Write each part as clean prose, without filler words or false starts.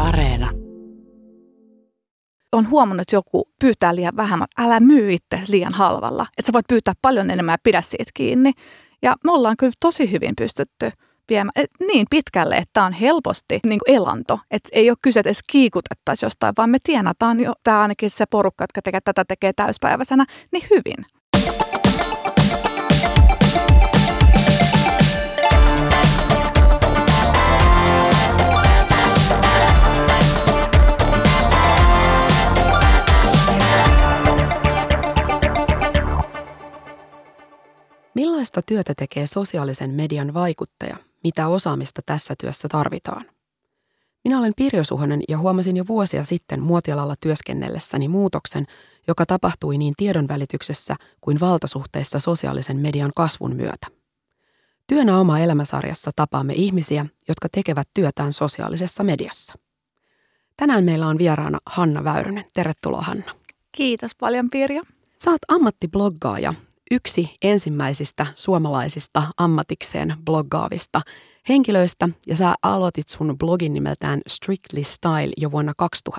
Areena. On huomannut, että joku pyytää liian vähän, mutta älä myy itse liian halvalla. Että sä voit pyytää paljon enemmän ja pidä siitä kiinni. Ja me ollaan kyllä tosi hyvin pystytty viemään niin pitkälle, että tämä on helposti niin kuin elanto. Että ei ole kyse, että edes kiikutettaisiin jostain, vaan me tienataan jo, tämä ainakin se porukka, jotka tätä tekee täyspäiväisenä, niin hyvin. Millaista työtä tekee sosiaalisen median vaikuttaja? Mitä osaamista tässä työssä tarvitaan? Minä olen Pirjo Suhonen ja huomasin jo vuosia sitten muotialalla työskennellessäni muutoksen, joka tapahtui niin tiedonvälityksessä kuin valtasuhteissa sosiaalisen median kasvun myötä. Työnä oma elämäsarjassa tapaamme ihmisiä, jotka tekevät työtään sosiaalisessa mediassa. Tänään meillä on vieraana Hanna Väyrynen. Tervetuloa, Hanna. Kiitos paljon, Pirjo. Sä oot ammattibloggaaja. Yksi ensimmäisistä suomalaisista ammatikseen bloggaavista henkilöistä, ja sä aloitit sun blogin nimeltään Strictly Style jo vuonna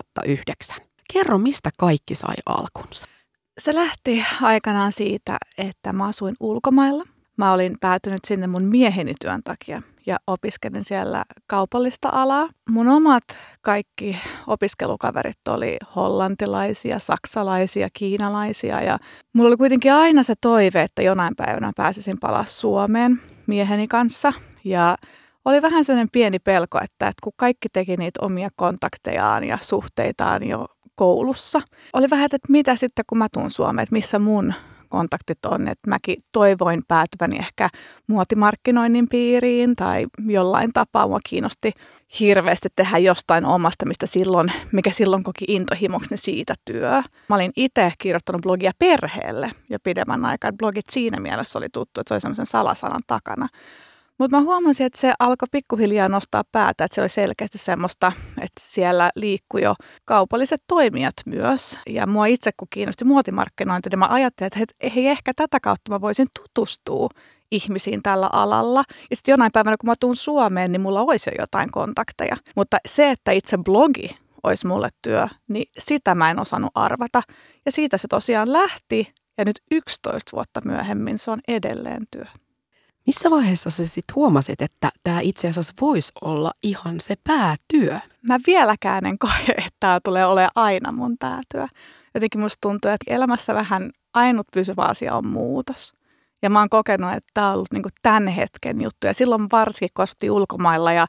2009. Kerro, mistä kaikki sai alkunsa? Se lähti aikanaan siitä, että mä asuin ulkomailla. Mä olin päätynyt sinne mun mieheni työn takia ja opiskelin siellä kaupallista alaa. Mun omat kaikki opiskelukaverit oli hollantilaisia, saksalaisia, kiinalaisia ja mulla oli kuitenkin aina se toive, että jonain päivänä pääsisin palaa Suomeen mieheni kanssa. Ja oli vähän sellainen pieni pelko, että kun kaikki teki niitä omia kontaktejaan ja suhteitaan jo koulussa, oli vähän, että mitä sitten kun mä tuun Suomeen, että missä mun kontaktit on, että mäkin toivoin päätyväni ehkä muotimarkkinoinnin piiriin tai jollain tapaa mua kiinnosti hirveästi tehdä jostain omasta, mikä silloin koki intohimoksi, niin siitä työ. Mä olin itse kirjoittanut blogia perheelle jo pidemmän aikaa. Blogit siinä mielessä oli tuttu, että se oli semmoisen salasanan takana. Mutta mä huomasin, että se alkoi pikkuhiljaa nostaa päätä, että se oli selkeästi semmoista, että siellä liikkui jo kaupalliset toimijat myös. Ja mua itse, kun kiinnosti muotimarkkinointi, niin mä ajattelin, että hei, ehkä tätä kautta mä voisin tutustua ihmisiin tällä alalla. Ja sitten jonain päivänä, kun mä tuun Suomeen, niin mulla olisi jo jotain kontakteja. Mutta se, että itse blogi olisi mulle työ, niin sitä mä en osannut arvata. Ja siitä se tosiaan lähti, ja nyt 11 vuotta myöhemmin se on edelleen työ. Missä vaiheessa sä sitten huomasit, että tämä itse asiassa voisi olla ihan se päätyö? Mä vieläkään en koe, että tämä tulee olemaan aina mun päätyö. Jotenkin musta tuntuu, että elämässä vähän ainut pysyvä asia on muutos. Ja mä oon kokenut, että tämä on ollut niinku tämän hetken juttu. Ja silloin varsinkin, kun asuttiin ulkomailla ja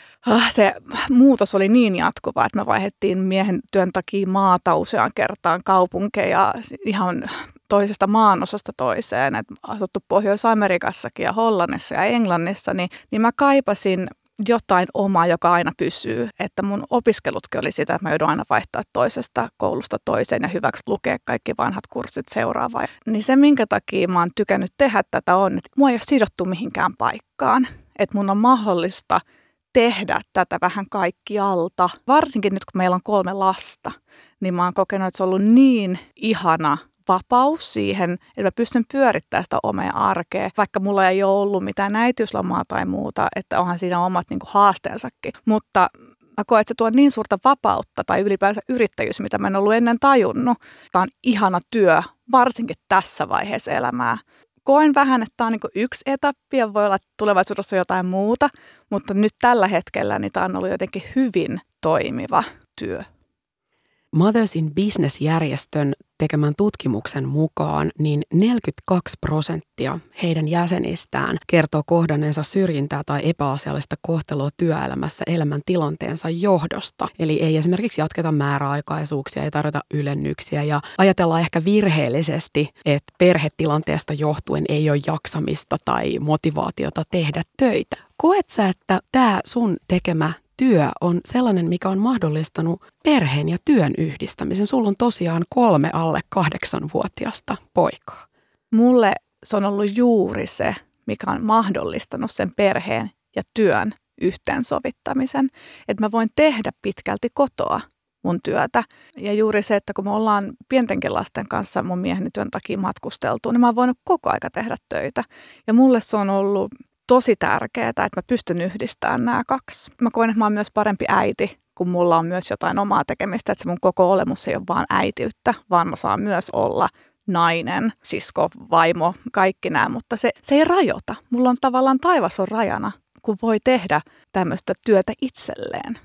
se muutos oli niin jatkuva, että me vaihdettiin miehen työn takia maata useaan kertaan, kaupunkeja ihan toisesta maanosasta toiseen. Et asuttu Pohjois-Amerikassakin ja Hollannissa ja Englannissa, niin mä kaipasin jotain omaa, joka aina pysyy. Että mun opiskelutkin oli sitä, että mä joudun aina vaihtaa toisesta koulusta toiseen ja hyväksi lukea kaikki vanhat kurssit seuraavaan. Niin se, minkä takia mä oon tykännyt tehdä tätä on, että mua ei ole sidottu mihinkään paikkaan. Että mun on mahdollista tehdä tätä vähän kaikkialta. Varsinkin nyt, kun meillä on 3 lasta, niin mä oon kokenut, että se on ollut niin ihana vapaus siihen, että mä pystyn pyörittämään sitä omaa arkea, vaikka mulla ei ole ollut mitään äitiyslomaa tai muuta, että onhan siinä omat niin kuin haasteensakin. Mutta mä koen, että se tuo niin suurta vapautta tai ylipäänsä yrittäjyys, mitä mä en ollut ennen tajunnut. Tämä on ihana työ, varsinkin tässä vaiheessa elämää. Koen vähän, että tämä on niin yksi etappi ja voi olla tulevaisuudessa jotain muuta, mutta nyt tällä hetkellä niin tämä on ollut jotenkin hyvin toimiva työ. Mothers in Business-järjestön tekemän tutkimuksen mukaan niin 42% heidän jäsenistään kertoo kohdanneensa syrjintää tai epäasiallista kohtelua työelämässä elämäntilanteensa johdosta. Eli ei esimerkiksi jatketa määräaikaisuuksia, ei tarjota ylennyksiä ja ajatellaan ehkä virheellisesti, että perhetilanteesta johtuen ei ole jaksamista tai motivaatiota tehdä töitä. Koet sä, että tämä sun tekemä työ on sellainen, mikä on mahdollistanut perheen ja työn yhdistämisen? Sulla on tosiaan 3 alle 8-vuotiasta poikaa. Mulle se on ollut juuri se, mikä on mahdollistanut sen perheen ja työn yhteensovittamisen. Että mä voin tehdä pitkälti kotoa mun työtä. Ja juuri se, että kun me ollaan pientenkin lasten kanssa mun mieheni työn takia matkusteltu, niin mä oon voinut koko aika tehdä töitä. Ja mulle se on ollut tosi tärkeää, että mä pystyn yhdistämään nämä 2. Mä koen, että mä oon myös parempi äiti, kun mulla on myös jotain omaa tekemistä, että se mun koko olemus ei ole vaan äitiyttä, vaan mä saan myös olla nainen, sisko, vaimo, kaikki nämä, mutta se ei rajoita. Mulla on tavallaan taivas on rajana, kun voi tehdä tämmöistä työtä itselleen.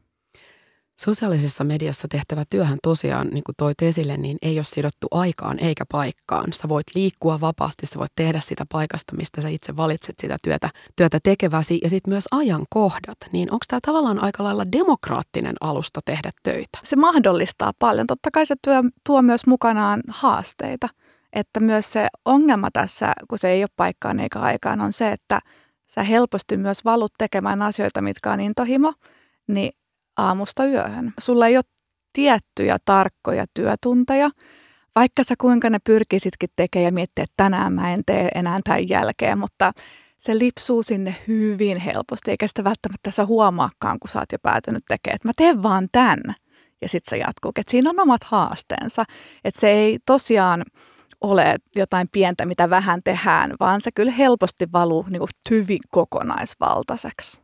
Sosiaalisessa mediassa tehtävä työhän tosiaan, niin kuin toit esille, niin ei ole sidottu aikaan eikä paikkaan. Sä voit liikkua vapaasti, sä voit tehdä sitä paikasta, mistä sä itse valitset sitä työtä tekeväsi ja sitten myös ajankohdat. Niin onko tämä tavallaan aika lailla demokraattinen alusta tehdä töitä? Se mahdollistaa paljon. Totta kai se työ tuo myös mukanaan haasteita. Että myös se ongelma tässä, kun se ei ole paikkaan eikä aikaan, on se, että sä helposti myös valut tekemään asioita, mitkä on intohimo, niin aamusta yöhön. Sulla ei ole tiettyjä tarkkoja työtunteja, vaikka sä kuinka ne pyrkisitkin tekemään ja miettiä, että tänään mä en tee enää tämän jälkeen, mutta se lipsuu sinne hyvin helposti, eikä sitä välttämättä sä huomaakaan, kun sä oot jo päätynyt tekemään, että mä teen vaan tän, ja sit se jatkuu. Että siinä on omat haasteensa, että se ei tosiaan ole jotain pientä, mitä vähän tehdään, vaan se kyllä helposti valuu niin kuin hyvin kokonaisvaltaiseksi.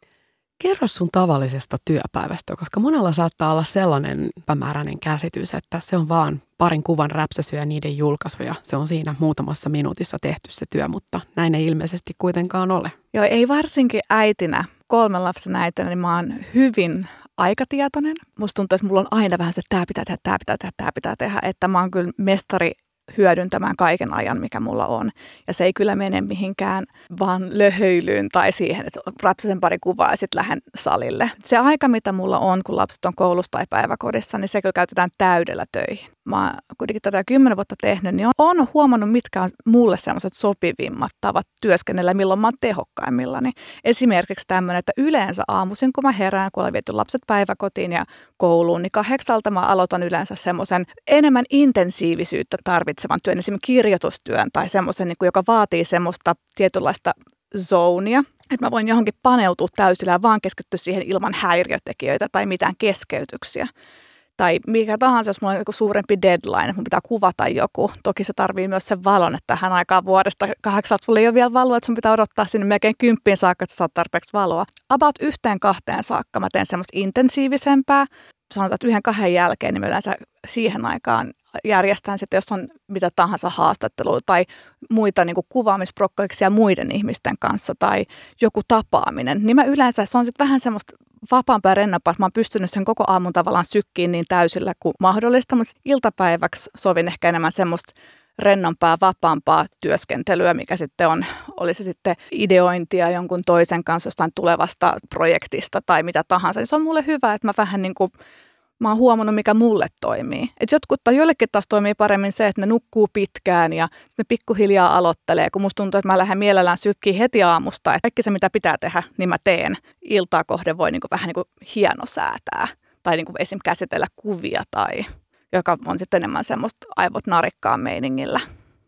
Kerro sun tavallisesta työpäivästä, koska monella saattaa olla sellainen epämääräinen käsitys, että se on vaan parin kuvan räpsäsyä ja niiden julkaisuja. Se on siinä muutamassa minuutissa tehty se työ, mutta näin ei ilmeisesti kuitenkaan ole. Joo, ei varsinkin äitinä, 3 lapsen äitinä, niin mä oon hyvin aikatietoinen. Musta tuntuu, että mulla on aina vähän se, että tämä pitää tehdä, että mä oon kyllä mestari hyödyntämään kaiken ajan, mikä mulla on. Ja se ei kyllä mene mihinkään vaan löhöilyyn tai siihen, että rapsasen pari kuvaa ja sitten lähden salille. Se aika, mitä mulla on, kun lapset on koulussa tai päiväkodissa, niin se kyllä käytetään täydellä töihin. Mä oon kuitenkin tätä 10 vuotta tehnyt, niin on huomannut, mitkä on mulle sellaiset sopivimmat tavat työskennellä, milloin mä oon tehokkaimmillani. Esimerkiksi tämmöinen, että yleensä aamuisin, kun mä herään, kun olen viety lapset päiväkotiin ja kouluun, niin 8 mä aloitan yleensä semmoisen enemmän intensiivisyyttä tarvitsevan työn, esimerkiksi kirjoitustyön tai semmoisen, joka vaatii semmoista tietynlaista zonia, että mä voin johonkin paneutua täysillä ja vaan keskittyä siihen ilman häiriötekijöitä tai mitään keskeytyksiä. Tai mikä tahansa, jos mulla on joku suurempi deadline, että mun pitää kuvata joku. Toki se tarvii myös sen valon, että tähän aikaan vuodesta 8 sulla ei ole vielä valoa, että sun pitää odottaa sinne melkein 10 saakka, että sä saat tarpeeksi valoa. About 1-2 saakka mä teen semmoista intensiivisempää. Sanotaan, että 1-2 jälkeen, niin mä yleensä siihen aikaan järjestän sitten, jos on mitä tahansa haastattelua tai muita niin kuin kuvaamisprokkauksia muiden ihmisten kanssa tai joku tapaaminen, niin mä yleensä se on sitten vähän semmoista vapaampaa ja rennompaa, että mä oon pystynyt sen koko aamun tavallaan sykkiin niin täysillä kuin mahdollista, mutta iltapäiväksi sovin ehkä enemmän semmoista rennompaa, vapaampaa työskentelyä, mikä sitten on, oli se sitten ideointia jonkun toisen kanssa jostain tulevasta projektista tai mitä tahansa, niin se on mulle hyvä, että mä vähän niin kuin mä oon huomannut, mikä mulle toimii. Et jotkut tai joillekin taas toimii paremmin se, että ne nukkuu pitkään ja ne pikkuhiljaa aloittelee, kun musta tuntuu, että mä lähden mielellään sykkiin heti aamusta. Että kaikki se, mitä pitää tehdä, niin mä teen. Iltaa kohden voi niinku vähän niinku hienosäätää tai niinku esim. Käsitellä kuvia tai joka on sitten enemmän semmoista aivot narikkaan meiningillä.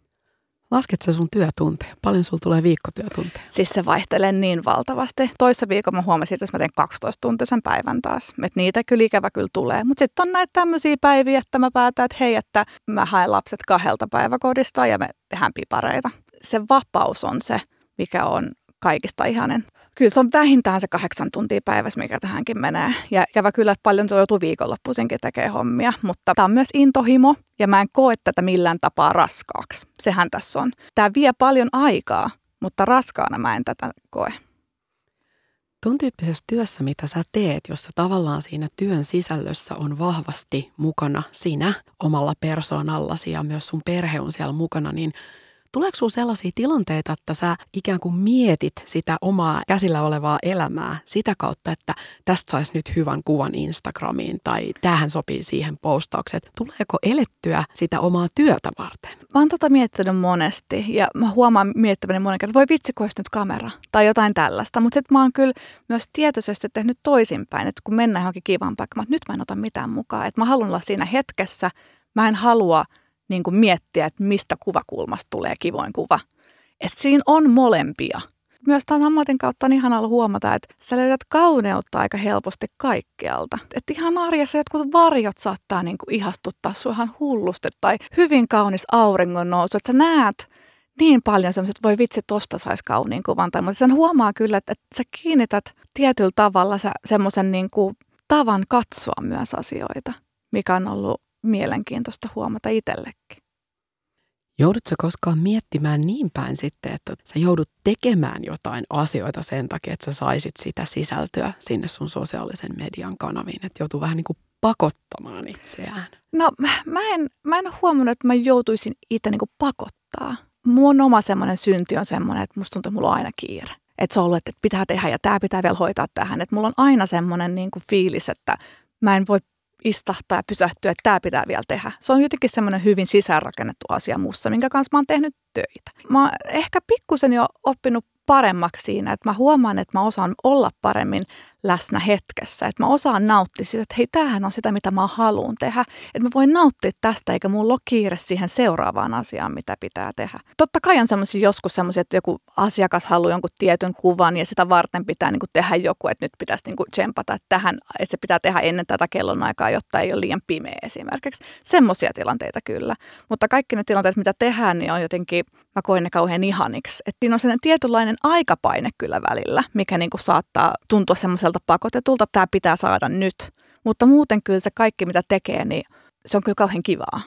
Lasket sä sun työtunteja? Paljon sulla tulee viikkotyötunteja? Siis se vaihtelee niin valtavasti. Toissa viikolla mä huomasin, että mä teen 12-tuntisen päivän taas. Että niitä kyllä ikävä kyllä tulee. Mutta sitten on näitä tämmöisiä päiviä, että mä päätän, että hei, että mä haen lapset 2 päiväkodista ja me tehdään pipareita. Se vapaus on se, mikä on kaikista ihanen. Kyllä se on vähintään se 8 tuntia päivässä, mikä tähänkin menee. Ja ikävä kyllä, että paljon joutuu viikonloppuisinkin tekemään hommia. Mutta tämä on myös intohimo ja mä en koe tätä millään tapaa raskaaksi. Sehän tässä on. Tämä vie paljon aikaa, mutta raskaana mä en tätä koe. Tuon tyyppisessä työssä, mitä sä teet, jossa tavallaan siinä työn sisällössä on vahvasti mukana sinä omalla persoonallasi ja myös sun perhe on siellä mukana, niin tuleeko sinulla sellaisia tilanteita, että sä ikään kuin mietit sitä omaa käsillä olevaa elämää sitä kautta, että tästä saisi nyt hyvän kuvan Instagramiin tai tämähän sopii siihen postaukseen. Tuleeko elettyä sitä omaa työtä varten? Mä oon miettinyt monesti ja mä huomaan miettiväni monen kerran, että voi vitsi, kun olisi nyt kamera tai jotain tällaista. Mutta sitten mä oon kyllä myös tietoisesti tehnyt toisinpäin, että kun mennään johonkin kivaan paikkaan, että nyt mä en ota mitään mukaan. Että mä haluan olla siinä hetkessä, mä en halua niin kuin miettiä, että mistä kuvakulmasta tulee kivoin kuva. Että siinä on molempia. Myös tämän ammatin kautta on ihanaa huomata, että sä löydät kauneutta aika helposti kaikkialta. Että ihan arjessa jotkut varjot saattaa niin kuin ihastuttaa sua ihan hullusti tai hyvin kaunis auringon nousu. Että sä näet niin paljon semmoiset, että voi vitsi, tosta saisi kauniin kuvan. Mutta sen huomaa kyllä, että sä kiinnität tietyllä tavalla semmoisen niin kuin tavan katsoa myös asioita, mikä on ollut mielenkiintoista huomata itsellekin. Joudutko koskaan miettimään niin päin sitten, että sä joudut tekemään jotain asioita sen takia, että sä saisit sitä sisältöä sinne sun sosiaalisen median kanaviin, että joutuu vähän niin kuin pakottamaan itseään? No mä en ole huomannut, että mä joutuisin itse niin kuin pakottaa. Mun oma semmoinen synti on semmoinen, että musta tuntuu, että mulla on aina kiire. Että se on ollut, että pitää tehdä ja tämä pitää vielä hoitaa tähän. Että mulla on aina semmoinen niin kuin fiilis, että mä en voi istahtaa ja pysähtyä, että tämä pitää vielä tehdä. Se on jotenkin semmoinen hyvin sisäänrakennettu asia musta, minkä kanssa mä oon tehnyt töitä. Mä oon ehkä pikkusen jo oppinut paremmaksi siinä, että mä huomaan, että mä osaan olla paremmin läsnä hetkessä. Että mä osaan nauttia sitä, että hei, tämähän on sitä, mitä mä haluan tehdä. Että mä voin nauttia tästä, eikä mulla ole kiire siihen seuraavaan asiaan, mitä pitää tehdä. Totta kai on joskus semmoisia, että joku asiakas haluaa jonkun tietyn kuvan ja sitä varten pitää niin kuin tehdä joku, että nyt pitäisi niin kuin tsempata että se pitää tehdä ennen tätä kellonaikaa, jotta ei ole liian pimeä esimerkiksi. Semmoisia tilanteita kyllä. Mutta kaikki ne tilanteet, mitä tehdään, niin on jotenkin, mä koen ne kauhean ihaniksi. Että siinä on sellainen tietynlainen aikapaine kyllä välillä, mikä niin kuin saattaa tuntua semmoiselta pakotetulta, tämä pitää saada nyt. Mutta muuten kyllä se kaikki, mitä tekee, niin se on kyllä kauhean kivaa.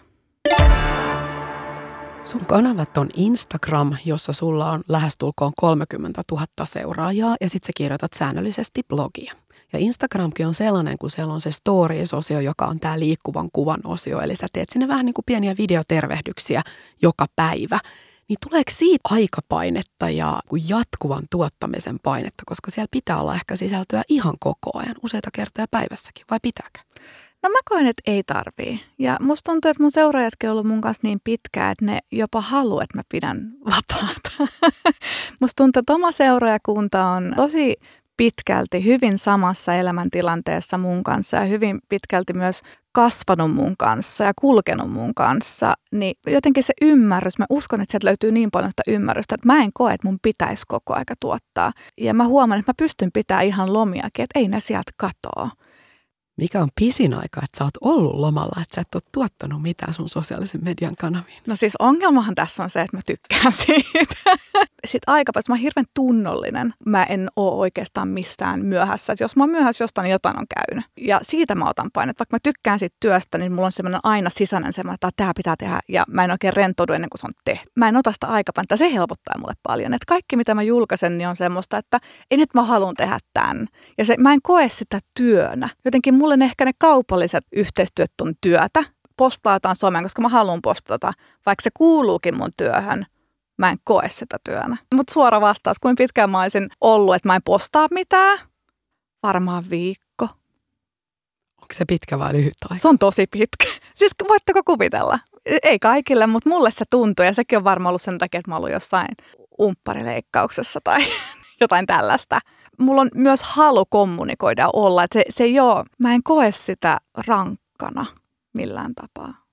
Sun kanavat on Instagram, jossa sulla on lähestulkoon 30 000 seuraajaa ja sit sä kirjoitat säännöllisesti blogia. Ja Instagramkin on sellainen, kun siellä on se stories-osio, joka on tää liikkuvan kuvan osio. Eli sä teet sinne vähän niin kuin pieniä videotervehdyksiä joka päivä. Niin tuleeko siitä aikapainetta ja jatkuvan tuottamisen painetta, koska siellä pitää olla ehkä sisältöä ihan koko ajan, useita kertoja päivässäkin, vai pitääkö? No mä koen, että ei tarvii. Ja musta tuntuu, että mun seuraajatkin on ollut mun kanssa niin pitkään, että ne jopa haluaa, että mä pidän vapaata. Musta tuntuu, että oma seuraajakunta on tosi pitkälti hyvin samassa elämäntilanteessa mun kanssa ja hyvin pitkälti myös kasvanut mun kanssa ja kulkenut mun kanssa, niin jotenkin se ymmärrys, mä uskon, että sieltä löytyy niin paljon sitä ymmärrystä, että mä en koe, että mun pitäisi koko aika tuottaa. Ja mä huomaan, että mä pystyn pitämään ihan lomiakin, että ei ne sieltä katoa. Mikä on pisin aika, että sä oot ollut lomalla, että sä et ole tuottanut mitään sun sosiaalisen median kanaviin? No siis ongelmahan tässä on se, että mä tykkään siitä. Sitten aikapäivässä mä oon hirveän tunnollinen. Mä en ole oikeastaan mistään myöhässä. Että jos mä oon myöhässä jostain, niin jotain on käynyt. Ja siitä mä otan painet. Vaikka mä tykkään siitä työstä, niin mulla on semmoinen aina sisäinen semmoinen, että tämä pitää tehdä. Ja mä en oikein rentoudu ennen kuin se on tehty. Mä en ota sitä aikapäivää. Se helpottaa mulle paljon. Että kaikki, mitä mä julkaisen, niin on semmoista, että ei nyt mä haluan tehdä tämän. Ja mä en koe sitä työnä. Jotenkin mulle ehkä ne kaupalliset yhteistyöt on työtä. Postaa jotain someen, koska mä haluan postata, vaikka se kuuluukin mun työhön. Mä en koe sitä työnä. Mutta suora vastaus, kuinka pitkään mä olisin ollut, että mä en postaa mitään? Varmaan viikko. Onko se pitkä vai lyhyt aika? Se on tosi pitkä. Siis voitteko kuvitella? Ei kaikille, mutta mulle se tuntuu. Ja sekin on varmaan ollut sen takia, että mä oon ollut jossain umpparileikkauksessa tai jotain tällaista. Mulla on myös halu kommunikoida olla. Että se ei ole, mä en koe sitä rankkana millään tapaa.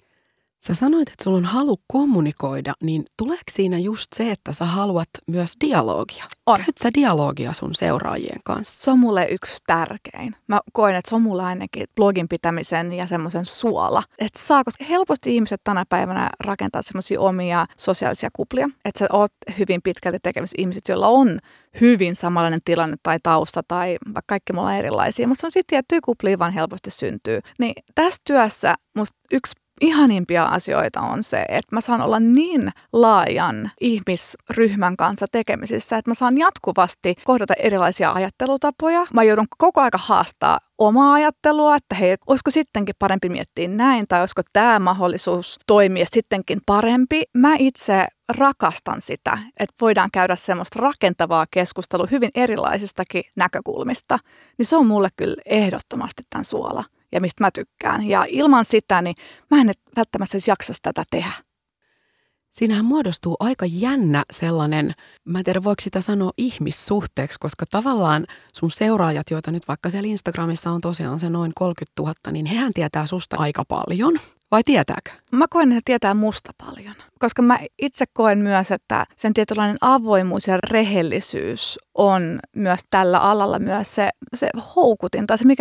Sä sanoit, että sulla on halu kommunikoida, niin tuleeko siinä just se, että sä haluat myös dialogia? On. Käyt sä dialogia sun seuraajien kanssa? Se on mulle yksi tärkein. Mä koen, että se on mulle ainakin blogin pitämisen ja semmoisen suola. Että koska helposti ihmiset tänä päivänä rakentaa semmoisia omia sosiaalisia kuplia. Että sä oot hyvin pitkälti tekemisissä ihmiset, joilla on hyvin samanlainen tilanne tai tausta tai vaikka kaikki me ollaan erilaisia. Mutta se on sitten tiettyjä kuplia vaan helposti syntyy. Niin tässä työssä musta yksi ihanimpia asioita on se, että mä saan olla niin laajan ihmisryhmän kanssa tekemisissä, että mä saan jatkuvasti kohdata erilaisia ajattelutapoja. Mä joudun koko aika haastaa omaa ajattelua, että hei, olisiko sittenkin parempi miettiä näin, tai olisiko tämä mahdollisuus toimia sittenkin parempi. Mä itse rakastan sitä, että voidaan käydä semmoista rakentavaa keskustelua hyvin erilaisistakin näkökulmista. Niin se on mulle kyllä ehdottomasti tämän suola. Ja mistä mä tykkään. Ja ilman sitä, niin mä en välttämättä edes jaksaisi tätä tehdä. Siinähän muodostuu aika jännä sellainen, mä en tiedä voiko sitä sanoa ihmissuhteeksi, koska tavallaan sun seuraajat, joita nyt vaikka siellä Instagramissa on tosiaan se noin 30 000, niin hehän tietää susta aika paljon. Vai tietääkö? Mä koen, että he tietää musta paljon. Koska mä itse koen myös, että sen tietynlainen avoimuus ja rehellisyys on myös tällä alalla myös se houkutin tai se, mikä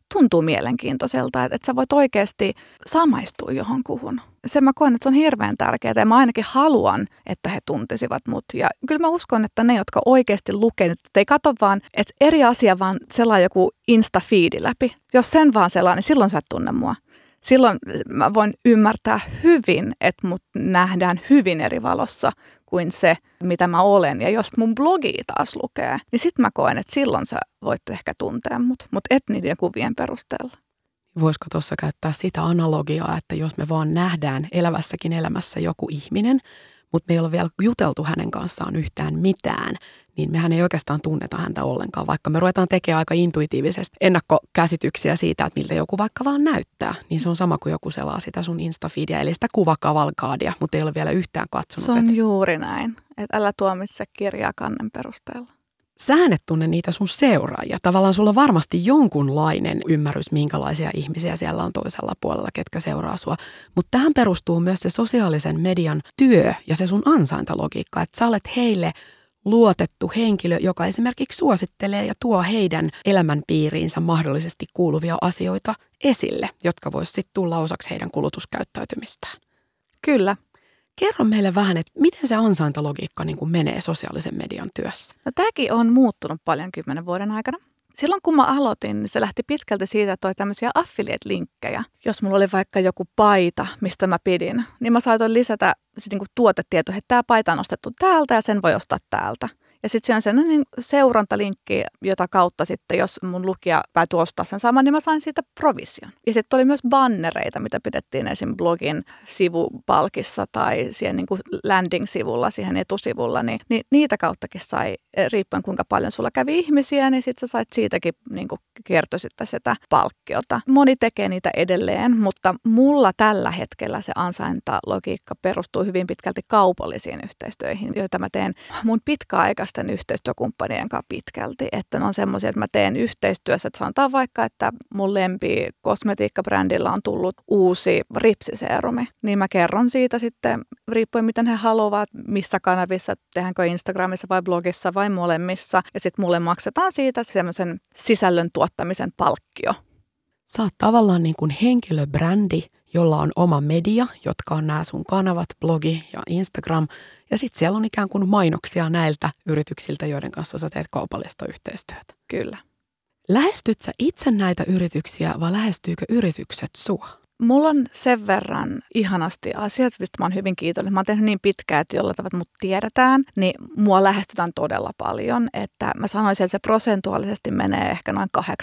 tuntuu mielenkiintoiselta, että sä voit oikeasti samaistua johonkuhun. Sen mä koen, että se on hirveän tärkeää ja mä ainakin haluan, että he tuntisivat mut. Ja kyllä mä uskon, että ne, jotka oikeasti lukee, että ei katso vaan, että eri asia vaan sellainen joku Insta-feedi läpi. Jos sen vaan sellainen, niin silloin sä et tunne mua. Silloin mä voin ymmärtää hyvin, että mut nähdään hyvin eri valossa kuin se, mitä mä olen. Ja jos mun blogi taas lukee, niin sit mä koen, että silloin sä voit ehkä tuntea mut et niiden kuvien perusteella. Voisiko tuossa käyttää sitä analogiaa, että jos me vaan nähdään elävässäkin elämässä joku ihminen, mutta me ei ole vielä juteltu hänen kanssaan yhtään mitään, niin mehän ei oikeastaan tunneta häntä ollenkaan, vaikka me ruvetaan tekemään aika intuitiivisesti ennakkokäsityksiä siitä, että miltä joku vaikka vaan näyttää. Niin se on sama kuin joku selaa sitä sun Insta-feedia, eli sitä kuvakavalkaadia, mutta ei ole vielä yhtään katsonut. Se on juuri näin, että älä tuomitse kirjaa kannen perusteella. Sähän et tunne niitä sun seuraajia. Tavallaan sulla on varmasti jonkunlainen ymmärrys, minkälaisia ihmisiä siellä on toisella puolella, ketkä seuraa sua. Mutta tähän perustuu myös se sosiaalisen median työ ja se sun ansaintalogiikka, että sä olet heille luotettu henkilö, joka esimerkiksi suosittelee ja tuo heidän elämänpiiriinsä mahdollisesti kuuluvia asioita esille, jotka vois sitten tulla osaksi heidän kulutuskäyttäytymistään. Kyllä. Kerro meille vähän, että miten se ansaintalogiikka niin kuin menee sosiaalisen median työssä? No tämäkin on muuttunut paljon 10 vuoden aikana. Silloin kun mä aloitin, niin se lähti pitkälti siitä, että oli tämmöisiä affiliate-linkkejä. Jos mulla oli vaikka joku paita, mistä mä pidin, niin mä saatoin lisätä niin kuin tuotetietoa, että tämä paita on ostettu täältä ja sen voi ostaa täältä. Ja sitten siinä on sellainen seurantalinkki, jota kautta sitten, jos mun lukija päätyi ostaa sen saman, niin mä sain siitä provision. Ja sitten oli myös bannereita, mitä pidettiin esim. Blogin sivupalkissa tai siihen niin kuin landing-sivulla, siihen etusivulla. Niin niitä kauttakin sai, riippuen kuinka paljon sulla kävi ihmisiä, niin sitten sä sait siitäkin niin kuin kertoi sitten sitä palkkiota. Moni tekee niitä edelleen, mutta mulla tällä hetkellä se ansaintalogiikka perustuu hyvin pitkälti kaupallisiin yhteistyöihin, joita mä teen mun pitkäaikaisesti yhteistyökumppanien kanssa pitkälti, että ne on semmoisia, että mä teen yhteistyössä, että sanotaan vaikka, että mun lempi kosmetiikkabrändillä on tullut uusi ripsiseerumi, niin mä kerron siitä sitten riippuen miten he haluavat, missä kanavissa, tehdäänkö Instagramissa vai blogissa vai molemmissa, ja sitten mulle maksetaan siitä semmoisen sisällön tuottamisen palkkio. Sä oot tavallaan niin kuin henkilöbrändi, jolla on oma media, jotka on nämä sun kanavat, blogi ja Instagram. Ja sitten siellä on ikään kuin mainoksia näiltä yrityksiltä, joiden kanssa sä teet kaupallista yhteistyötä. Kyllä. Lähestyt sä itse näitä yrityksiä vai lähestyykö yritykset sua? Mulla on sen verran ihanasti asiat, mistä mä oon hyvin kiitollinen. Mä oon tehnyt niin pitkään, että jolla tavat mut tiedetään, niin mua lähestytään todella paljon. Että mä sanoisin, että se prosentuaalisesti menee ehkä noin 80-20,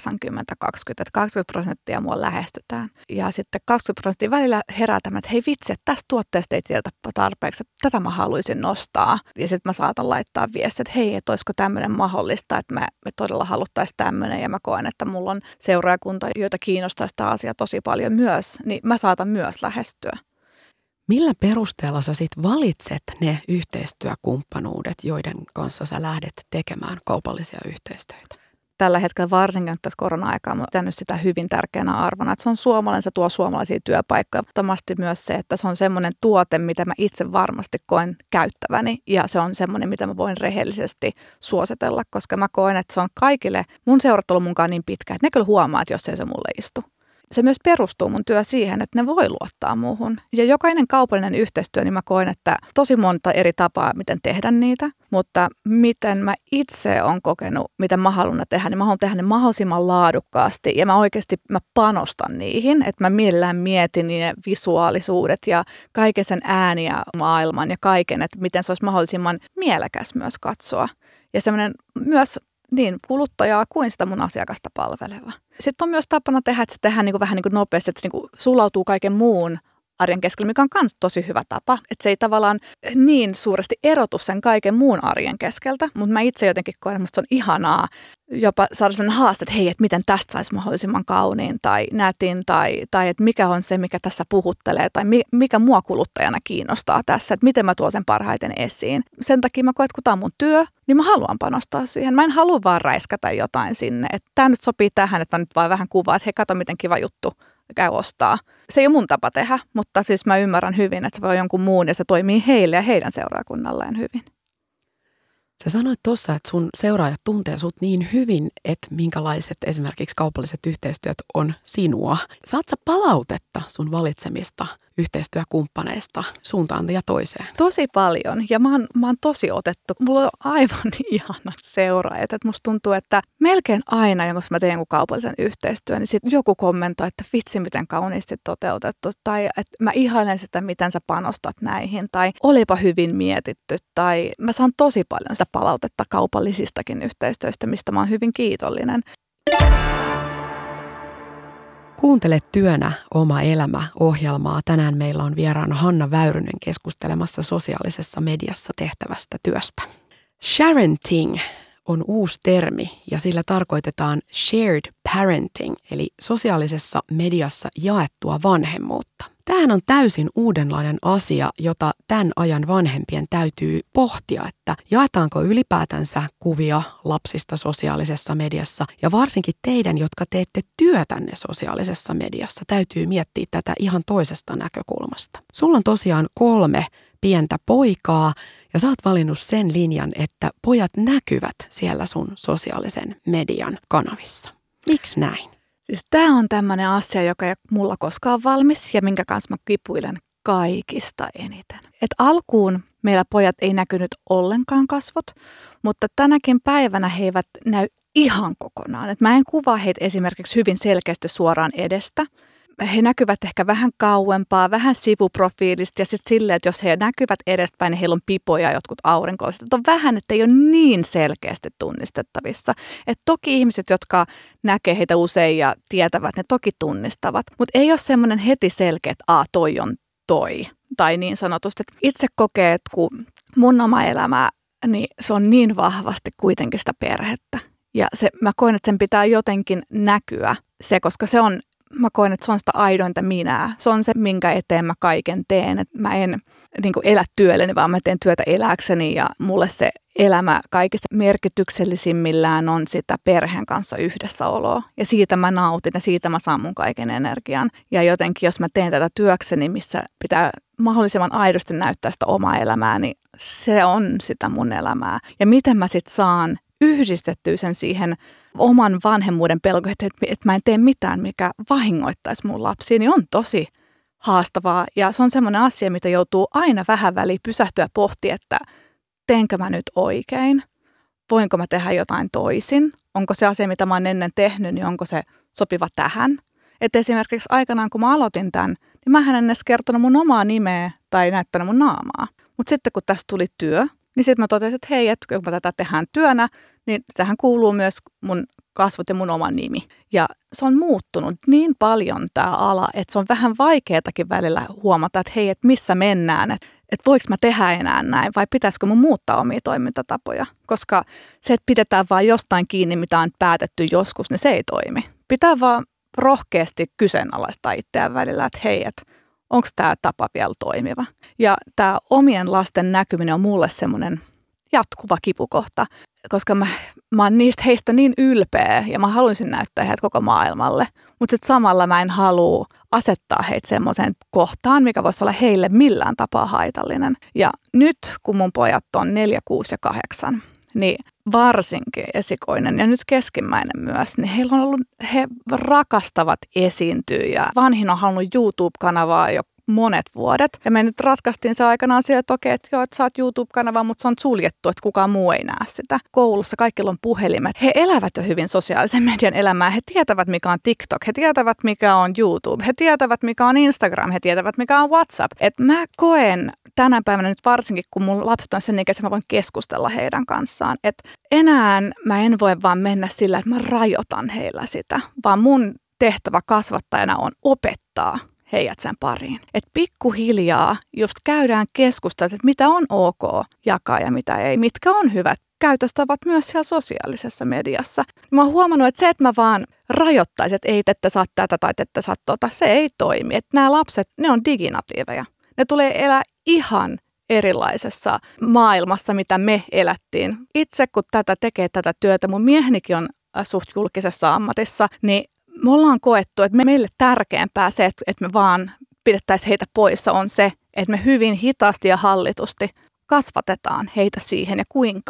että 20% mua lähestytään. Ja sitten 20% välillä herää tämä, että hei vitsi, että tästä tuotteesta ei tiedetä tarpeeksi, että tätä mä haluaisin nostaa. Ja sitten mä saatan laittaa viestiä, että hei, että olisiko tämmöinen mahdollista, että me todella haluttaisiin tämmöinen. Ja mä koen, että mulla on seuraajakunta, joita kiinnostaa sitä asiaa tosi paljon myös. Niin mä saatan myös lähestyä. Millä perusteella sä sit valitset ne yhteistyökumppanuudet, joiden kanssa sä lähdet tekemään kaupallisia yhteistyötä? Tällä hetkellä varsinkin tässä korona-aikaa mä oon pitänyt sitä hyvin tärkeänä arvona, että se on suomalainen, se tuo suomalaisia työpaikkoja. Tomasti myös se, että se on semmoinen tuote, mitä mä itse varmasti koen käyttäväni ja se on semmoinen, mitä mä voin rehellisesti suositella, koska mä koen, että se on kaikille mun seurattelu munkaan niin pitkä, että ne kyllä huomaa, että jos ei se mulle istu. Se myös perustuu mun työ siihen, että ne voi luottaa muuhun. Ja jokainen kaupallinen yhteistyö, niin mä koen, että tosi monta eri tapaa, miten tehdä niitä. Mutta miten mä itse olen kokenut, mitä mä haluan tehdä, niin mä haluan tehdä ne mahdollisimman laadukkaasti. Ja mä oikeasti panostan niihin, että mä mielellään mietin ne visuaalisuudet ja kaiken sen ääni ja maailman ja kaiken, että miten se olisi mahdollisimman mielekäs myös katsoa. Ja semmoinen myös niin kuluttajaa kuin sitä mun asiakasta palveleva. Sitten on myös tapana tehdä, että se tehdään vähän nopeasti, että se sulautuu kaiken muun arjen keskellä, mikä on myös tosi hyvä tapa. Että se ei tavallaan niin suuresti erotu sen kaiken muun arjen keskeltä, mutta mä itse jotenkin koen, että musta on ihanaa jopa saada sellainen haaste, että hei, että miten tästä saisi mahdollisimman kauniin tai nätin tai että mikä on se, mikä tässä puhuttelee tai mikä mua kuluttajana kiinnostaa tässä, että miten mä tuon sen parhaiten esiin. Sen takia mä koen, että kun tämä on mun työ, niin mä haluan panostaa siihen. Mä en halua vaan räiskätä jotain sinne, että tämä nyt sopii tähän, että mä nyt vaan vähän kuvaa, että hei, kato miten kiva juttu. Käy ostaa. Se ei ole mun tapa tehdä, mutta siis mä ymmärrän hyvin, että se voi jonkun muun ja se toimii heille ja heidän seuraakunnalleen hyvin. Sä sanoit tuossa, että sun seuraajat tuntee sut niin hyvin, että minkälaiset esimerkiksi kaupalliset yhteistyöt on sinua. Saat sä palautetta sun valitsemista yhteistyökumppaneista suuntaan ja toiseen? Tosi paljon ja mä oon tosi otettu. Mulla on aivan ihanat seuraajat. Et musta tuntuu, että melkein aina, jos mä teen kaupallisen yhteistyön, niin sit joku kommentoi, että vitsi miten kauniisti toteutettu. Tai että mä ihailen sitä, miten sä panostat näihin. Tai olipa hyvin mietitty. Tai mä saan tosi paljon sitä palautetta kaupallisistakin yhteistyöistä, mistä mä oon hyvin kiitollinen. Kuuntele Työnä oma elämä -ohjelmaa. Tänään meillä on vieraana Hanna Väyrynen keskustelemassa sosiaalisessa mediassa tehtävästä työstä. Sharenting on uusi termi ja sillä tarkoitetaan shared parenting eli sosiaalisessa mediassa jaettua vanhemmuutta. Tämähän on täysin uudenlainen asia, jota tämän ajan vanhempien täytyy pohtia, että jaetaanko ylipäätänsä kuvia lapsista sosiaalisessa mediassa. Ja varsinkin teidän, jotka teette työtänne sosiaalisessa mediassa, täytyy miettiä tätä ihan toisesta näkökulmasta. Sulla on tosiaan 3 pientä poikaa ja sä oot valinnut sen linjan, että pojat näkyvät siellä sun sosiaalisen median kanavissa. Miksi näin? Siis tämä on tämmöinen asia, joka ei mulla koskaan valmis ja minkä kanssa mä kipuilen kaikista eniten. Et alkuun meillä pojat ei näkynyt ollenkaan kasvot, mutta tänäkin päivänä he eivät näy ihan kokonaan. Et mä en kuvaa heitä esimerkiksi hyvin selkeästi suoraan edestä. He näkyvät ehkä vähän kauempaa, vähän sivuprofiilista ja sitten silleen, että jos he näkyvät edespäin, niin heillä on pipoja ja jotkut aurinkolliset. On vähän, että ei ole niin selkeästi tunnistettavissa. Et toki ihmiset, jotka näkee heitä usein ja tietävät, ne toki tunnistavat. Mutta ei ole semmoinen heti selkeä, että toi on toi. Tai niin sanotusti, että itse kokee, että kun mun oma elämä, niin se on niin vahvasti kuitenkin sitä perhettä. Ja mä koen, että sen pitää jotenkin näkyä se, koska se on... Mä koen, että se on sitä aidointa minää. Se on se, minkä eteen mä kaiken teen. Et mä en elä työlleni, vaan mä teen työtä elääkseni ja mulle se elämä kaikista merkityksellisimmillään on sitä perheen kanssa yhdessäoloa. Ja siitä mä nautin ja siitä mä saan mun kaiken energian. Ja jotenkin, jos mä teen tätä työkseni, missä pitää mahdollisimman aidosti näyttää sitä omaa elämää, niin se on sitä mun elämää. Ja miten mä sit saan yhdistettyä sen siihen oman vanhemmuuden pelko, että mä en tee mitään, mikä vahingoittaisi mun lapsia, niin on tosi haastavaa. Ja se on semmoinen asia, mitä joutuu aina vähän väliin pysähtyä pohtimaan, että teenkö mä nyt oikein? Voinko mä tehdä jotain toisin? Onko se asia, mitä mä oon ennen tehnyt, niin onko se sopiva tähän? Että esimerkiksi aikanaan, kun mä aloitin tämän, niin mä en edes kertonut mun omaa nimeä tai näyttänyt mun naamaa. Mutta sitten kun tästä tuli työ, niin sitten mä totesin, että hei, että kun tätä tehdään työnä, niin tähän kuuluu myös mun kasvot ja mun oma nimi. Ja se on muuttunut niin paljon tämä ala, että se on vähän vaikeatakin välillä huomata, että hei, että missä mennään, että voiko mä tehdä enää näin vai pitäisikö mun muuttaa omia toimintatapoja. Koska se, että pidetään vaan jostain kiinni, mitä on päätetty joskus, niin se ei toimi. Pitää vaan rohkeasti kyseenalaistaa itseään välillä, että hei, että onko tämä tapa vielä toimiva. Ja tämä omien lasten näkyminen on mulle semmoinen jatkuva kipukohta, koska mä oon heistä niin ylpeä ja mä haluaisin näyttää heitä koko maailmalle. Mutta sitten samalla mä en halua asettaa heitä semmoiseen kohtaan, mikä voisi olla heille millään tapaa haitallinen. Ja nyt kun mun pojat on 4, 6 ja 8, niin varsinkin esikoinen ja nyt keskimmäinen myös, niin heillä on ollut, he rakastavat esiintyä ja vanhin on halunnut YouTube-kanavaa jo monet vuodet. Ja me nyt ratkaistiin se aikanaan siellä, että okei, että joo, että saat YouTube-kanavaa, mutta se on suljettu, että kukaan muu ei näe sitä. Koulussa kaikilla on puhelimet. He elävät jo hyvin sosiaalisen median elämää. He tietävät, mikä on TikTok. He tietävät, mikä on YouTube. He tietävät, mikä on Instagram. He tietävät, mikä on WhatsApp. Et mä koen tänä päivänä nyt varsinkin, kun mun lapset on sen ikäisiä, mä voin keskustella heidän kanssaan. Että enää mä en voi vaan mennä sillä, että mä rajoitan heillä sitä, vaan mun tehtävä kasvattajana on opettaa heidät sen pariin. Että pikkuhiljaa just käydään keskustelua, että mitä on ok jakaa ja mitä ei, mitkä on hyvät käytöstavat myös siellä sosiaalisessa mediassa. Mä oon huomannut, että se, että mä vaan rajoittaisin, että ei, että saat tätä tai että saat se ei toimi. Että nämä lapset, ne on diginatiiveja. Ne tulee elää ihan erilaisessa maailmassa, mitä me elättiin. Itse kun tekee tätä työtä, mun miehenikin on suht julkisessa ammatissa, niin me ollaan koettu, että meille tärkeämpää se, että me vaan pidettäisiin heitä poissa, on se, että me hyvin hitaasti ja hallitusti kasvatetaan heitä siihen ja kuinka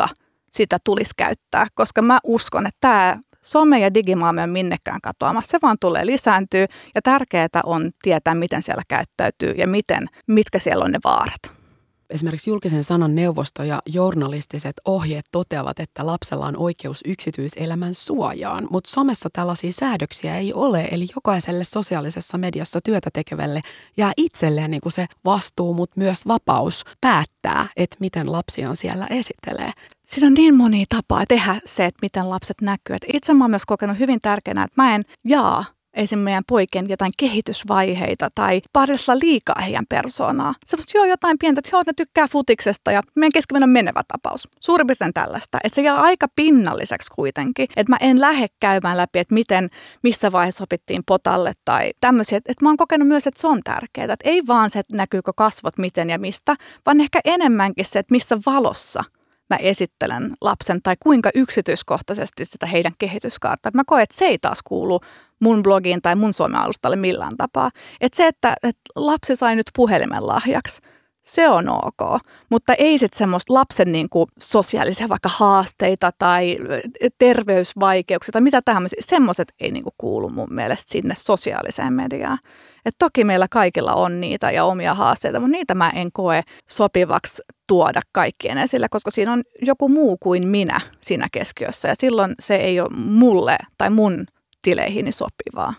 sitä tulisi käyttää, koska mä uskon, että tämä some- ja digimaailma on minnekään katoamassa. Se vaan tulee lisääntyä ja tärkeää on tietää, miten siellä käyttäytyy ja mitkä siellä on ne vaarat. Esimerkiksi julkisen sanan neuvosto ja journalistiset ohjeet toteavat, että lapsella on oikeus yksityiselämän suojaan, mutta somessa tällaisia säädöksiä ei ole, eli jokaiselle sosiaalisessa mediassa työtä tekevälle jää itselleen niin kuin se vastuu, mutta myös vapaus päättää, että miten lapsiaan siellä esittelee. Siinä on niin monia tapaa tehdä se, että miten lapset näkyy. Et itse mä oon myös kokenut hyvin tärkeänä, että mä en jaa esimerkiksi meidän poikien jotain kehitysvaiheita tai parissa liikaa heidän persoonaa. Semmoista jotain pientä, että ne tykkää futiksesta ja meidän keskimmäinen on menevä tapaus. Suurin piirtein tällaista. Että se jää aika pinnalliseksi kuitenkin. Että mä en lähde käymään läpi, että missä vaiheessa sopittiin potalle tai tämmöisiä. Että mä oon kokenut myös, että se on tärkeää. Että ei vaan se, että näkyykö kasvot miten ja mistä, vaan ehkä enemmänkin se, että missä valossa mä esittelen lapsen tai kuinka yksityiskohtaisesti sitä heidän kehityskaarta. Mä koen, että se ei taas kuulu mun blogiin tai mun some-alustalle millään tapaa. Että se, että lapsi sai nyt puhelimen lahjaksi, se on ok, mutta ei sitten semmoista lapsen niinku sosiaalisia vaikka haasteita tai terveysvaikeuksia tai mitä tämmöisiä. Semmoiset ei niinku kuulu mun mielestä sinne sosiaaliseen mediaan. Et toki meillä kaikilla on niitä ja omia haasteita, mutta niitä mä en koe sopivaksi tuoda kaikkien esille, koska siinä on joku muu kuin minä siinä keskiössä ja silloin se ei ole mulle tai mun tileihini sopivaa.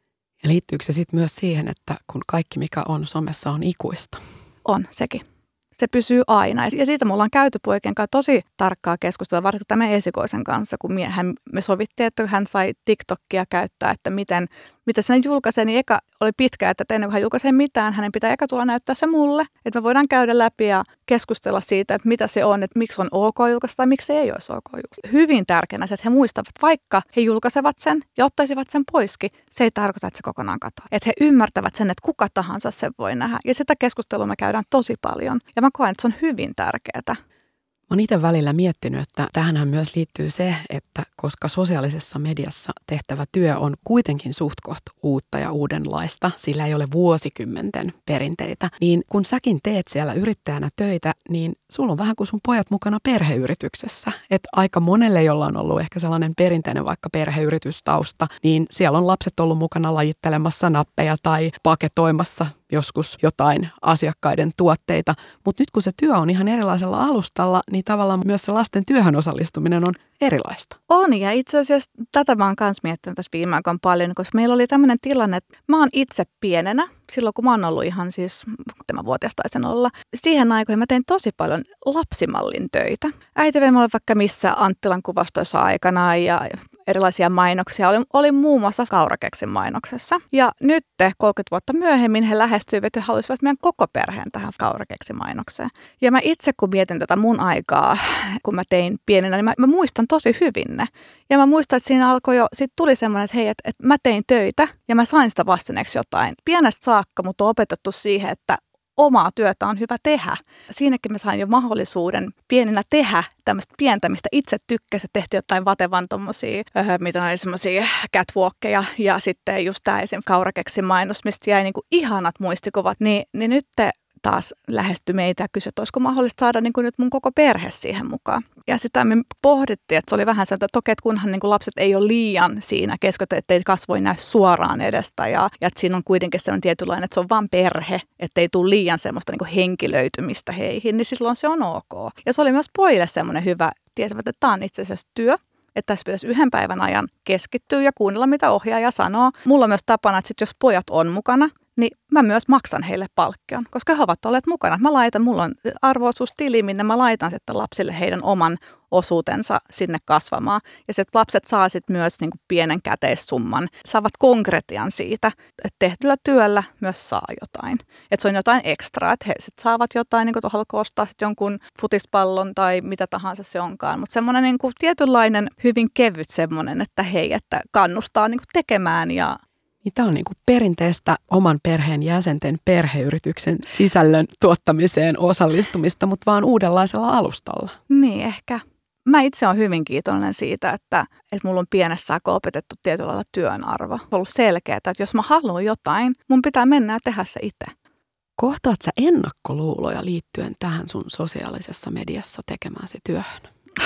Ja liittyykö se sitten myös siihen, että kun kaikki mikä on somessa on ikuista? On sekin. Se pysyy aina. Ja siitä me ollaan käyty poikien kanssa tosi tarkkaa keskustelua, varsinkin tämän esikoisen kanssa, kun me sovittiin, että hän sai TikTokia käyttää, että miten sen julkaisee, niin eka oli pitkä, että ennen kuin hän julkaisee mitään, hänen pitää eka tulla näyttää se mulle, että me voidaan käydä läpi ja keskustella siitä, että mitä se on, että miksi on ok julkaista tai miksi se ei olisi ok julkaista. Hyvin tärkeänä se, että he muistavat, vaikka he julkaisevat sen ja ottaisivat sen poiskin, se ei tarkoita, että se kokonaan katoaa. Että he ymmärtävät sen, että kuka tahansa sen voi nähdä. Ja sitä keskustelua me käydään tosi paljon. Ja mä koen, että se on hyvin tärkeää. Mä oon itse välillä miettinyt, että tähänhän myös liittyy se, että koska sosiaalisessa mediassa tehtävä työ on kuitenkin suht koht uutta ja uudenlaista, sillä ei ole vuosikymmenten perinteitä, niin kun säkin teet siellä yrittäjänä töitä, niin sulla on vähän kuin sun pojat mukana perheyrityksessä. Että aika monelle, jolla on ollut ehkä sellainen perinteinen vaikka perheyritystausta, niin siellä on lapset ollut mukana lajittelemassa nappeja tai paketoimassa joskus jotain asiakkaiden tuotteita. Mutta nyt kun se työ on ihan erilaisella alustalla, niin tavallaan myös se lasten työhön osallistuminen on erilaista. On, ja itse asiassa tätä mä oon kanssa miettinyt tässä viime aikoina paljon, koska meillä oli tämmöinen tilanne, että mä oon itse pienenä, silloin kun mä oon ollut ihan siis, tämä vuotias taisin olla, siihen aikoihin mä tein tosi paljon lapsimallin töitä. Äiti vei mulle vaikka missä Anttilan kuvastoissa aikanaan ja erilaisia mainoksia. Olin muun muassa Kaurakeksin mainoksessa. Ja nyt 30 vuotta myöhemmin he lähestyivät ja halusivat meidän koko perheen tähän Kaurakeksin mainokseen. Ja mä itse kun mietin tätä mun aikaa, kun mä tein pienenä, niin mä muistan tosi hyvin ne. Ja mä muistan, että siinä alkoi jo, sit tuli semmoinen, että hei, että mä tein töitä ja mä sain sitä vastineeksi jotain. Pienestä saakka mut on opetettu siihen, että omaa työtä on hyvä tehdä. Siinäkin mä sain jo mahdollisuuden pienenä tehdä tämmöistä pientä, mistä itse tykkäsin. Tehtiin jotain vatevan tommosia, mitä oli semmosia catwalkkeja ja sitten just tää esim. Kaurakeksin mainos, mistä jäi niinku ihanat muistikuvat. Niin nyt taas lähestyi meitä ja kysyi, että olisiko mahdollista saada niin kuin nyt mun koko perhe siihen mukaan. Ja sitä me pohdittiin, että se oli vähän sieltä, että toki, että kunhan niin kuin lapset ei ole liian siinä keskiössä, ettei kasvoi näy suoraan edestä ja että siinä on kuitenkin sellainen tietynlainen, että se on vain perhe, ettei tule liian semmoista niin kuin henkilöitymistä heihin, niin silloin se on ok. Ja se oli myös pojille semmoinen hyvä, tiesivät, että tämä on itse asiassa työ, että tässä pitäisi yhden päivän ajan keskittyä ja kuunnella, mitä ohjaaja sanoo. Mulla on myös tapana, että sit jos pojat on mukana, niin mä myös maksan heille palkkion, koska he ovat olleet mukana. Mulla on arvo-osuustili, minne mä laitan sitten lapsille heidän oman osuutensa sinne kasvamaan. Ja sitten lapset saa sitten myös niin kuin pienen käteissumman, saavat konkretian siitä, että tehdyllä työllä myös saa jotain. Että se on jotain ekstraa, että he sitten saavat jotain, niin kuin haluatko ostaa sitten jonkun futispallon tai mitä tahansa se onkaan. Mutta semmoinen niin kuin tietynlainen hyvin kevyt semmoinen, että hei, että kannustaa niin kuin tekemään ja tämä on niin kuin perinteistä oman perheen jäsenten perheyrityksen sisällön tuottamiseen osallistumista, mutta vaan uudenlaisella alustalla. Niin, ehkä. Mä itse olen hyvin kiitollinen siitä, että mulla on pienessä saakka opetettu tietyllä lailla työn arvo. On ollut selkeää, että jos mä haluan jotain, mun pitää mennä ja tehdä se itse. Kohtaat sä ennakkoluuloja liittyen tähän sun sosiaalisessa mediassa tekemääsi työhön?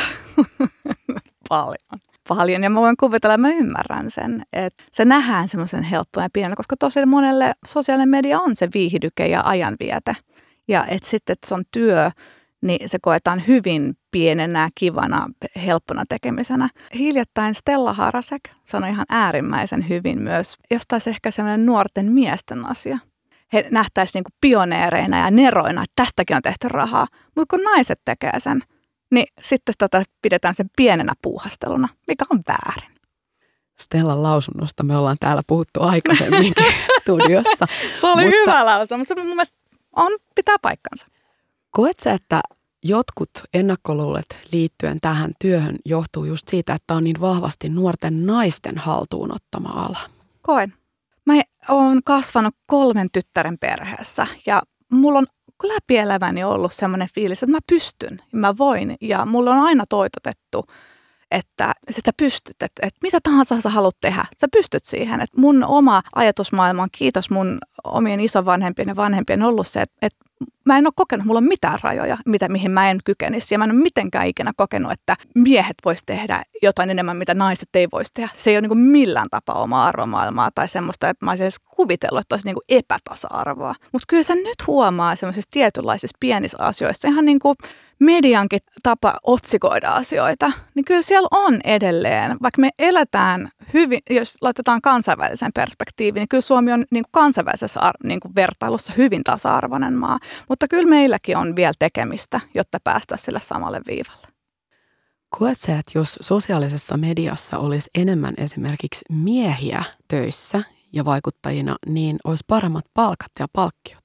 Paljon. Ja mä voin kuvitella, mä ymmärrän sen, että se nähdään semmoisen helppoa ja pienellä, koska tosiaan monelle sosiaalinen media on se viihdyke ja ajanviete. Ja että sitten, että se on työ, niin se koetaan hyvin pienenä, kivana, helppona tekemisenä. Hiljattain Stella Harasek sanoi ihan äärimmäisen hyvin myös, jos taisi ehkä sellainen nuorten miesten asia. He nähtäisiin niin kuin pioneereina ja neroina, että tästäkin on tehty rahaa. Mutta kun naiset tekee sen, niin sitten pidetään sen pienenä puuhasteluna, mikä on väärin. Stellan lausunnosta me ollaan täällä puhuttu aikaisemminkin studiossa. Se oli hyvä lausunto, mutta se mun mielestä pitää paikkansa. Koet sä, että jotkut ennakkoluulet liittyen tähän työhön johtuu just siitä, että on niin vahvasti nuorten naisten haltuun ottama ala? Koen. Mä oon kasvanut 3 tyttären perheessä ja mulla on läpi elämäni ollut semmoinen fiilis, että mä pystyn ja mä voin. Ja mulla on aina toitotettu, että sä pystyt, että mitä tahansa sä haluat tehdä, sä pystyt siihen. Että mun oma ajatusmaailma on, kiitos mun omien isovanhempien ja vanhempien, ollut se, että mä en ole kokenut, mulla on mitään rajoja, mihin mä en kykenisi. Ja mä en ole mitenkään ikinä kokenut, että miehet vois tehdä jotain enemmän, mitä naiset ei voisi tehdä. Se ei ole niin kuin millään tapaa omaa arvomaailmaa tai semmoista, että mä olisin edes kuvitellut, että olisi niin kuin epätasa-arvoa. Mutta kyllä sä nyt huomaa semmoisissa tietynlaisissa pienissä asioissa, ihan niin kuin mediankin tapa otsikoida asioita, niin kyllä siellä on edelleen, vaikka me eletään hyvin, jos laitetaan kansainvälisen perspektiiviin, niin kyllä Suomi on niin kuin kansainvälisessä niin kuin vertailussa hyvin tasa-arvoinen maa, mutta kyllä meilläkin on vielä tekemistä, jotta päästään sille samalle viivalle. Koet sä, että jos sosiaalisessa mediassa olisi enemmän esimerkiksi miehiä töissä ja vaikuttajina, niin olisi paremmat palkat ja palkkiot?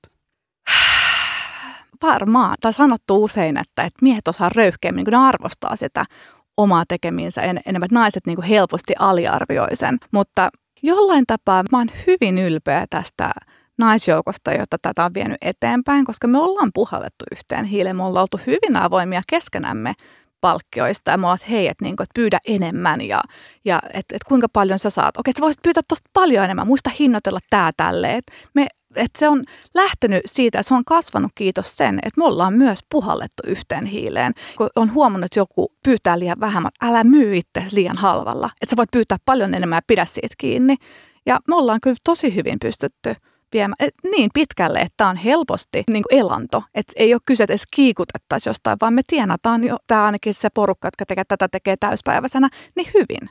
Varmaan. Tai sanottu usein, että miehet osaa röyhkeämmin, kun ne arvostaa sitä omaa tekemiinsä enemmän, että naiset niin kuin helposti aliarvioi sen. Mutta jollain tapaa mä oon hyvin ylpeä tästä naisjoukosta, jota tätä on vienyt eteenpäin, koska me ollaan puhallettu yhteen hiileen. Me ollaan oltu hyvin avoimia keskenämme palkkioista ja me ollaan, että hei, että pyydä enemmän ja että kuinka paljon sä saat. Okei, sä voisit pyytää tosta paljon enemmän, muista hinnoitella tää tälleen. Että se on lähtenyt siitä, että se on kasvanut kiitos sen, että me ollaan myös puhallettu yhteen hiileen. Kun on huomannut, että joku pyytää liian vähän, älä myy itse liian halvalla. Että sä voit pyytää paljon enemmän ja pidä siitä kiinni. Ja me ollaan kyllä tosi hyvin pystytty viemään niin pitkälle, että tämä on helposti niin kuin elanto. Että ei ole kyse, että edes kiikutettaisiin jostain, vaan me tienataan jo, tämä ainakin se porukka, jotka tekee täyspäiväisenä, niin hyvin.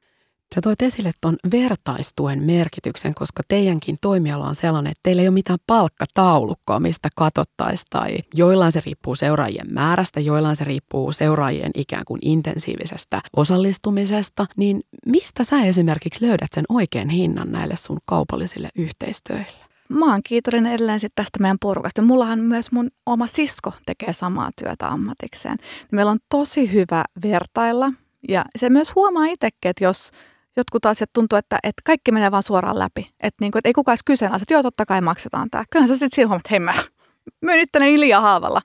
Sä toit esille tuon vertaistuen merkityksen, koska teidänkin toimiala on sellainen, että teillä ei ole mitään palkkataulukkoa, mistä katsottaisiin. Tai joillain se riippuu seuraajien määrästä, joillain se riippuu seuraajien ikään kuin intensiivisestä osallistumisesta. Niin mistä sä esimerkiksi löydät sen oikean hinnan näille sun kaupallisille yhteistyöille? Mä oon kiitollinen edelleen sit tästä meidän porukasta. Mullahan myös mun oma sisko tekee samaa työtä ammatikseen. Meillä on tosi hyvä vertailla ja se myös huomaa itsekin, että jos jotkut asiat tuntuu, että kaikki menee vaan suoraan läpi. Että ei kukaan edes kyseenalaista, että joo, totta kai maksetaan tämä. Kyllähän sä sitten siinä huomaat, että hei, mä myyn itteni liian halvalla.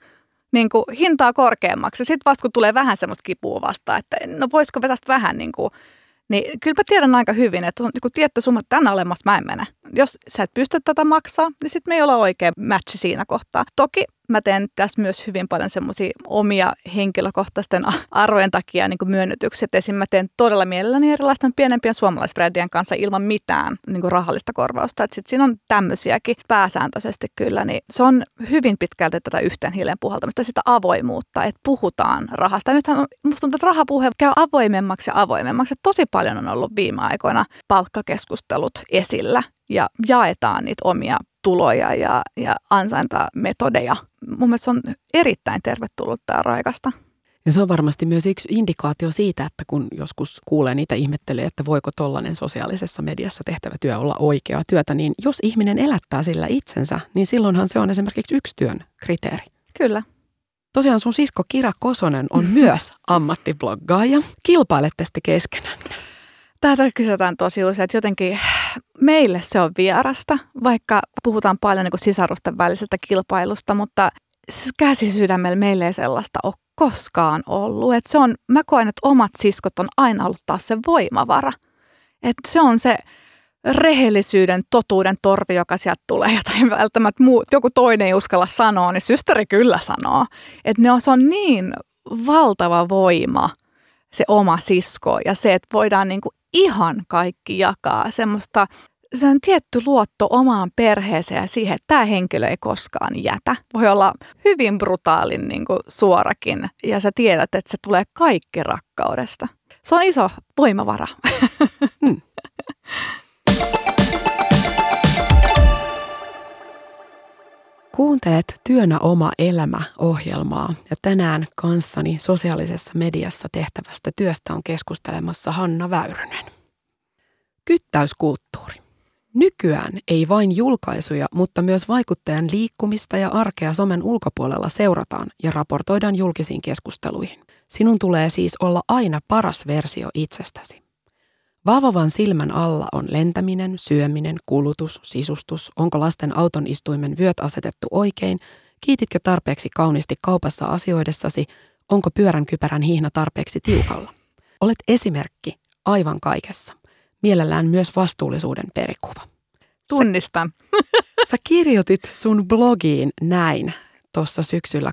Hintaa korkeammaksi. Sitten vasta kun tulee vähän semmoista kipua vastaan, että no voisiko vetästä vähän, niin kyllä mä tiedän aika hyvin, että on tietty summa, että tänne olemassa mä en mene. Jos sä et pysty tätä maksaa, niin sitten me ei ole oikea matchi siinä kohtaa. Toki mä teen tässä myös hyvin paljon semmoisia omia henkilökohtaisten arvojen takia niin myönnytyksiä. Esimerkiksi mä teen todella mielelläni erilaisten pienempien suomalaisbrändien kanssa ilman mitään niin rahallista korvausta. Sitten siinä on tämmöisiäkin pääsääntöisesti kyllä. Niin se on hyvin pitkälti tätä yhteen hiileen puhaltamista, sitä avoimuutta, että puhutaan rahasta. Ja nythän musta tuntuu, että rahapuhe käy avoimemmaksi ja avoimemmaksi. Tosi paljon on ollut viime aikoina palkkakeskustelut esillä ja jaetaan niitä omia tuloja ja ansaintametodeja. Mun mielestä se on erittäin tervetullutta ja raikasta. Ja se on varmasti myös yksi indikaatio siitä, että kun joskus kuulee niitä ihmettelyjä, että voiko tollainen sosiaalisessa mediassa tehtävä työ olla oikeaa työtä, niin jos ihminen elättää sillä itsensä, niin silloinhan se on esimerkiksi yksi työn kriteeri. Kyllä. Tosiaan sun sisko Kira Kosonen on myös ammattibloggaaja. Kilpailette sitten keskenään. Tätä kysytään tosi usein, että jotenkin meille se on vierasta, vaikka puhutaan paljon niin kuin sisarusten välisestä kilpailusta, mutta käsisydämellä meille ei sellaista ole koskaan ollut. Että mä koen, että omat siskot on aina ollut taas se voimavara. Että se on se rehellisyyden, totuuden torvi, joka sieltä tulee, jota ei välttämättä joku toinen ei uskalla sanoa, niin systeri kyllä sanoo. Että se on niin valtava voima se oma sisko ja se, että voidaan niin kuin ihan kaikki jakaa semmoista, se on tietty luotto omaan perheeseen ja siihen, että tämä henkilö ei koskaan jätä. Voi olla hyvin brutaalin niin kuin suorakin ja sä tiedät, että se tulee kaikki rakkaudesta. Se on iso voimavara. Kuuntelet Työnä oma elämä -ohjelmaa ja tänään kanssani sosiaalisessa mediassa tehtävästä työstä on keskustelemassa Hanna Väyrynen. Kyttäyskulttuuri. Nykyään ei vain julkaisuja, mutta myös vaikuttajan liikkumista ja arkea somen ulkopuolella seurataan ja raportoidaan julkisiin keskusteluihin. Sinun tulee siis olla aina paras versio itsestäsi. Valvovan silmän alla on lentäminen, syöminen, kulutus, sisustus, onko lasten auton istuimen vyöt asetettu oikein, kiititkö tarpeeksi kauniisti kaupassa asioidessasi, onko pyörän kypärän hihna tarpeeksi tiukalla. Olet esimerkki aivan kaikessa. Mielellään myös vastuullisuuden perikuva. Tunnistan. Sä kirjoitit sun blogiin näin tuossa syksyllä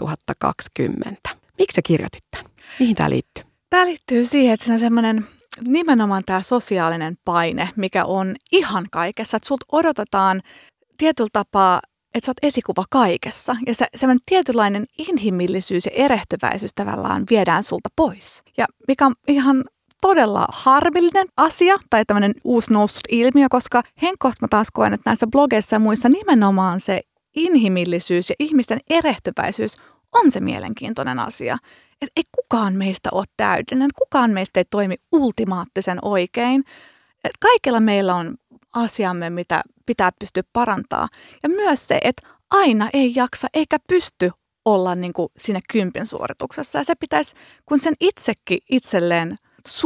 2020. Miksi sä kirjoitit tämän? Mihin tämä liittyy? Tämä liittyy siihen, että siinä on semmoinen nimenomaan tämä sosiaalinen paine, mikä on ihan kaikessa. Että sulta odotetaan tietyllä tapaa, että sä oot esikuva kaikessa. Ja semmoinen tietynlainen inhimillisyys ja erehtyväisyys tavallaan viedään sulta pois. Ja mikä on ihan todella harmillinen asia tai tämmöinen uusi noussut ilmiö, koska henkkoht mä taas koen, että näissä blogeissa ja muissa nimenomaan se inhimillisyys ja ihmisten erehtyväisyys on se mielenkiintoinen asia. Että ei kukaan meistä ole täydellinen, kukaan meistä ei toimi ultimaattisen oikein. Että kaikilla meillä on asiamme, mitä pitää pystyä parantaa. Ja myös se, että aina ei jaksa eikä pysty olla niin kuin siinä 10 suorituksessa. Ja se pitäisi, kun sen itsekin itselleen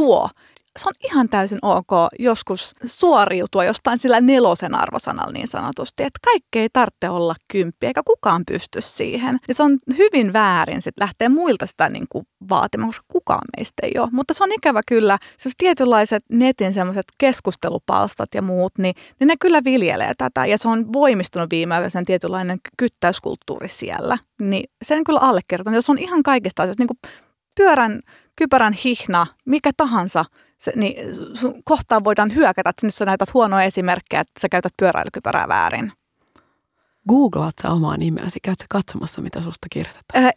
se on ihan täysin ok joskus suoriutua jostain sillä 4 arvosanalla niin sanotusti, että kaikki ei tarvitse olla 10, eikä kukaan pysty siihen. Ja se on hyvin väärin sitten lähteä muilta sitä niin kuin vaatimaan, koska kukaan meistä ei ole. Mutta se on ikävä kyllä, se tietynlaiset netin semmoiset keskustelupalstat ja muut, niin ne kyllä viljelee tätä. Ja se on voimistunut viime aikoina sen tietynlainen kyttäyskulttuuri siellä. Niin sen kyllä allekirjoitan. Ja se on ihan kaikista asioista, niin kuin pyörän, kypärän hihna, mikä tahansa, niin sun kohtaan voidaan hyökätä, että nyt sä näytät huonoa esimerkkejä, että sä käytät pyöräilykypärää väärin. Googlaat sä omaa nimeäsi? Käyt sä katsomassa, mitä susta kirjoitetaan?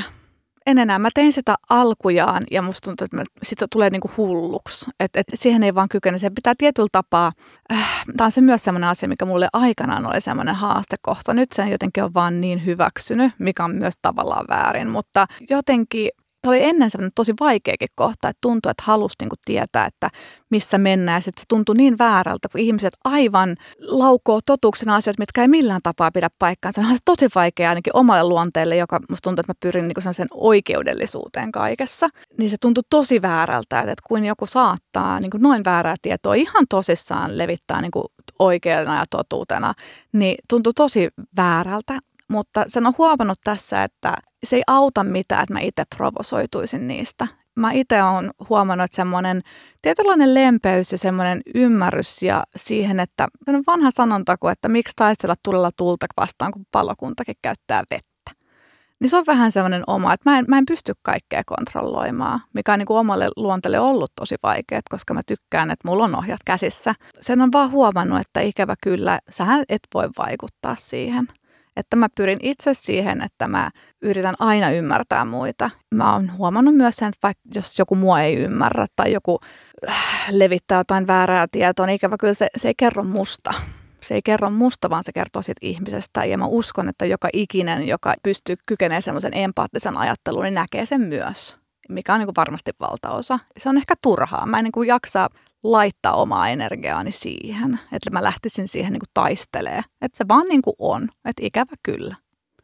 En enää. Mä tein sitä alkujaan ja musta tuntuu, että sitä tulee niinku hulluksi. Et siihen ei vaan kykene. Se pitää tietyllä tapaa, tämä on se myös semmoinen asia, mikä mulle aikanaan oli semmoinen haastekohta. Nyt sen jotenkin on vaan niin hyväksynyt, mikä on myös tavallaan väärin, mutta jotenkin se oli ennen semmoinen tosi vaikeakin kohta, että tuntui, että halusi niinku tietää, että missä mennään. Ja sitten se tuntui niin väärältä, kun ihmiset aivan laukoo totuuksena asioita, mitkä ei millään tapaa pidä paikkaansa. Se on tosi vaikea ainakin omalle luonteelle, joka musta tuntuu, että mä pyrin niinku sen oikeudellisuuteen kaikessa. Niin se tuntui tosi väärältä, että kun joku saattaa niinku noin väärää tietoa ihan tosissaan levittää niinku oikeana ja totuutena, niin tuntui tosi väärältä. Mutta sen on huomannut tässä, että se ei auta mitään, että mä itse provosoituisin niistä. Mä itse olen huomannut, että semmoinen tietynlainen lempeys ja semmoinen ymmärrys ja siihen, että vanha sanonta, että miksi taistella tulella tulta vastaan, kun palokuntakin käyttää vettä. Niin se on vähän semmoinen oma, että mä en pysty kaikkea kontrolloimaan, mikä on niin kuin omalle luonteelle ollut tosi vaikeaa, koska mä tykkään, että mulla on ohjat käsissä. Sen on vaan huomannut, että ikävä kyllä, sähän et voi vaikuttaa siihen. Että mä pyrin itse siihen, että mä yritän aina ymmärtää muita. Mä oon huomannut myös sen, että vaikka jos joku mua ei ymmärrä tai joku levittää jotain väärää tietoa, niin ikävä kyllä se ei kerro musta. Se ei kerro musta, vaan se kertoo siitä ihmisestä. Ja mä uskon, että joka ikinen, joka kykenee semmoisen empaattisen ajatteluun, niin näkee sen myös, mikä on niin kuin varmasti valtaosa. Se on ehkä turhaa. Mä en niin kuin jaksa laittaa omaa energiaani siihen, että mä lähtisin siihen niin kuin taistelemaan. Että se vaan niin kuin on, että ikävä kyllä.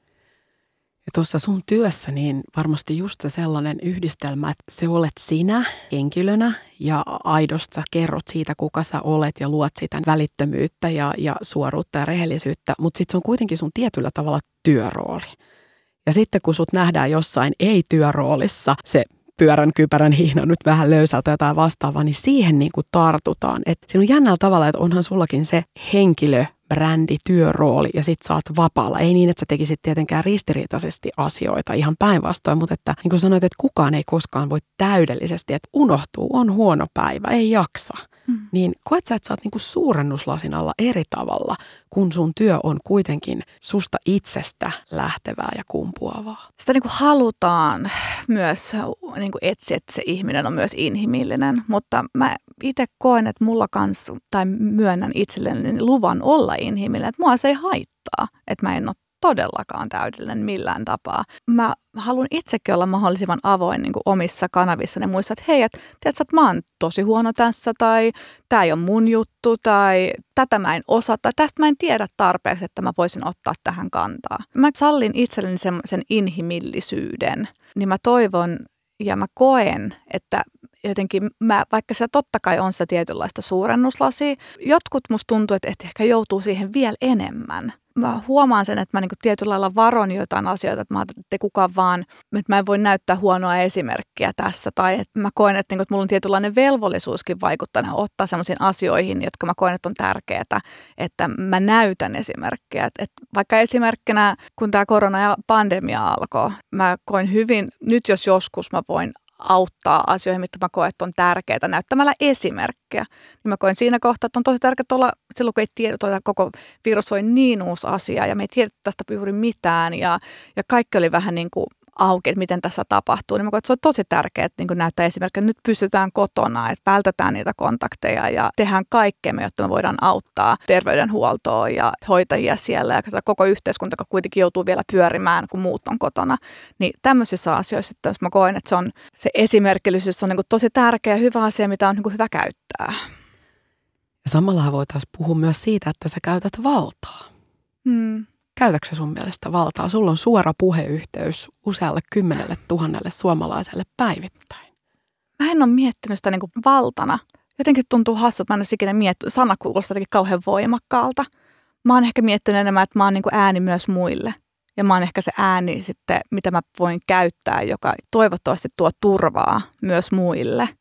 Ja tuossa sun työssä niin varmasti just se sellainen yhdistelmä, että se olet sinä henkilönä ja aidosti sä kerrot siitä, kuka sä olet ja luot sitä välittömyyttä ja suoruutta ja rehellisyyttä, mutta sitten se on kuitenkin sun tietyllä tavalla työrooli. Ja sitten kun sut nähdään jossain ei-työroolissa, se pyörän kypärän hihna nyt vähän löysältä jotain vastaavaa, niin siihen niin kuin tartutaan. Et siinä on jännällä tavalla, että onhan sullakin se henkilö brändi, työrooli ja sit sä oot vapaalla. Ei niin, että sä tekisit tietenkään ristiriitaisesti asioita ihan päinvastoin, mutta että niin kuin sanoit, että kukaan ei koskaan voi täydellisesti, että unohtuu, on huono päivä, ei jaksa. Niin koet sä, että sä oot niin kuin suurennuslasin alla eri tavalla, kun sun työ on kuitenkin susta itsestä lähtevää ja kumpuavaa? Sitä niin kuin halutaan myös niin kuin etsiä, että se ihminen on myös inhimillinen, mutta mä itse koen, että mulla kanssa, tai myönnän itselleni luvan olla inhimillinen, että mua se ei haittaa, että mä en ole todellakaan täydellinen millään tapaa. Mä haluan itsekin olla mahdollisimman avoin niin kuin omissa kanavissa ja muissa, että hei, tiedätkö, että mä oon tosi huono tässä, tai tää ei ole mun juttu, tai tätä mä en osaa, tai tästä mä en tiedä tarpeeksi, että mä voisin ottaa tähän kantaa. Mä sallin itselleni sen inhimillisyyden, niin mä toivon ja mä koen, että jotenkin vaikka se totta kai on se tietynlaista suurennuslasia, jotkut musta tuntuu, että ehkä joutuu siihen vielä enemmän. Mä huomaan sen, että mä niin kuin tietyllä lailla varon jotain asioita, että mä ajattelin, että kukaan vaan, että mä en voi näyttää huonoa esimerkkiä tässä. Tai että mä koen, että, niin kuin, että mulla on tietynlainen velvollisuuskin vaikuttaa ja ottaa sellaisiin asioihin, jotka mä koen, että on tärkeää, että mä näytän esimerkkiä. Että vaikka esimerkkinä, kun tämä korona ja pandemia alkoi, mä koin hyvin, nyt jos joskus mä voin auttaa asioihin, mitä mä koen, että on tärkeää näyttämällä esimerkkiä. Niin mä koen siinä kohtaa, että on tosi tärkeää olla silloin, kun ei tiedä, että koko virus on niin uusi asia ja me ei tiedä tästä juuri mitään ja kaikki oli vähän niin kuin auki, että miten tässä tapahtuu. Niin mä koen, että se on tosi tärkeää, että niin näyttää esimerkkiä, että nyt pysytään kotona, että vältetään niitä kontakteja ja tehdään kaikkemme, jotta me voidaan auttaa terveydenhuoltoa ja hoitajia siellä ja koko yhteiskunta, joka kuitenkin joutuu vielä pyörimään, kun muut on kotona. Niin tämmöisissä asioissa, että mä koen, että se esimerkillisyys on niin kuin tosi tärkeä ja hyvä asia, mitä on niin kuin hyvä käyttää. Ja samalla voitaisiin puhua myös siitä, että sä käytät valtaa. Käytätkö sun mielestä valtaa? Sulla on suora puheyhteys usealle 10 000 suomalaiselle päivittäin. Mä en ole miettinyt sitä niin kuin valtana. Jotenkin tuntuu hassu, että mä en ole ikinä miettinyt. Sana kuulostaa jotenkin kauhean voimakkaalta. Mä oon ehkä miettinyt enemmän, että mä oon niin kuin ääni myös muille. Ja mä oon ehkä se ääni sitten, mitä mä voin käyttää, joka toivottavasti tuo turvaa myös muille.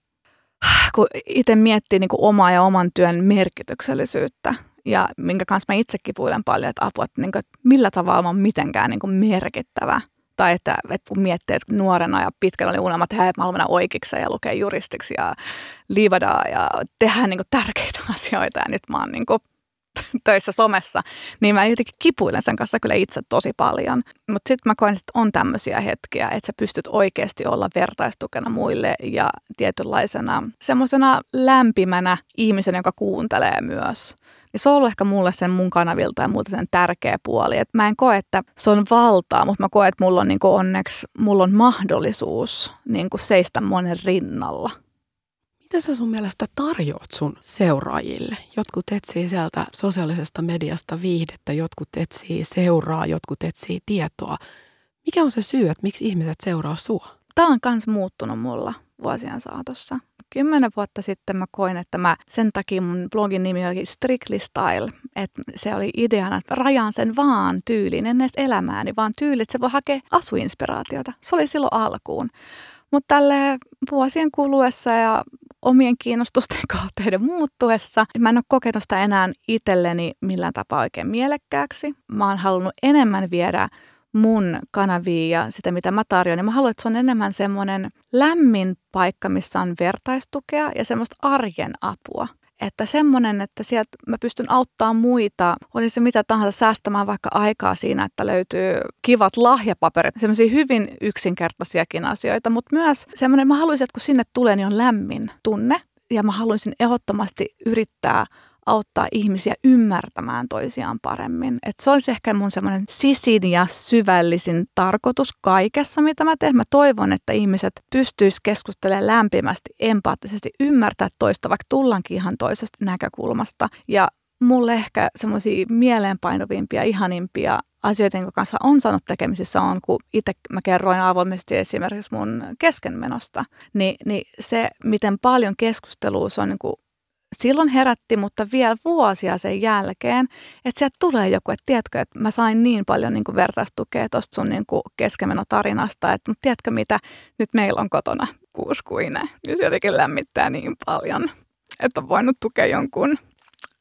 Kun itse miettii niin kuin omaa ja oman työn merkityksellisyyttä. Ja minkä kanssa mä itse kipuilen paljon, että apua, että, niin kuin, että millä tavalla mä oon mitenkään niin kuin merkittävä. Tai että kun miettii, että nuorena ja pitkän oli unelma, että mä haluan mennä oikeiksi ja lukea juristiksi ja liivadaa ja tehdä niin kuin tärkeitä asioita. Ja nyt mä oon niin kuin töissä somessa, niin mä jotenkin kipuilen sen kanssa kyllä itse tosi paljon. Mutta sitten mä koen, että on tämmöisiä hetkiä, että sä pystyt oikeasti olla vertaistukena muille ja tietynlaisena semmoisena lämpimänä ihmisen, joka kuuntelee myös. Niin se on ollut ehkä mulle sen mun kanavilta ja muuta sen tärkeä puoli. Et mä en koe, että se on valtaa, mutta mä koen, että mulla on niinku onneksi mulla on mahdollisuus niinku seistä monen rinnalla. Mitä sä sun mielestä tarjoat sun seuraajille? Jotkut etsii sieltä sosiaalisesta mediasta viihdettä, jotkut etsii seuraa, jotkut etsii tietoa. Mikä on se syy, että miksi ihmiset seuraa sua? Tämä on myös muuttunut mulla vuosien saatossa. 10 vuotta sitten mä koin, että sen takia mun blogin nimi oli Strictly Style. Että se oli ideana, että rajaan sen vaan tyyliin, en edes elämääni, vaan tyyli, että se voi hakea asuinspiraatiota. Se oli silloin alkuun. Mutta tälle vuosien kuluessa ja omien kiinnostusten kohteiden muuttuessa, mä en ole kokenut sitä enää itselleni millään tapaa oikein mielekkääksi. Mä oon halunnut enemmän viedä mun kanavia ja sitä, mitä mä tarjoan. Ja mä haluan, että se on enemmän semmoinen lämmin paikka, missä on vertaistukea ja semmoista arjen apua. Että semmoinen, että sieltä mä pystyn auttamaan muita, oli se mitä tahansa, säästämään vaikka aikaa siinä, että löytyy kivat lahjapaperit, semmoisia hyvin yksinkertaisiakin asioita, mutta myös semmoinen, mä haluaisin, että kun sinne tulee, niin on lämmin tunne ja mä haluaisin ehdottomasti yrittää auttaa ihmisiä ymmärtämään toisiaan paremmin. Et se olisi ehkä mun semmoinen sisin ja syvällisin tarkoitus kaikessa, mitä mä teen. Mä toivon, että ihmiset pystyisivät keskustelemaan lämpimästi, empaattisesti, ymmärtää toista, vaikka tullaankin ihan toisesta näkökulmasta. Ja mulle ehkä semmoisia mieleenpainovimpia, ihanimpia asioita, jonka kanssa on saanut tekemisissä on, kun itse mä kerroin avoimesti esimerkiksi mun keskenmenosta, niin se, miten paljon keskustelua se on niin kuin silloin herätti, mutta vielä vuosia sen jälkeen, että sieltä tulee joku, että tiedätkö, että mä sain niin paljon niin kuin vertaistukea tuosta sun niin kuin keskenmenotarinasta, että mutta tiedätkö mitä, nyt meillä on kotona kuusikuinen. Ja se jotenkin lämmittää niin paljon, että on voinut tukea jonkun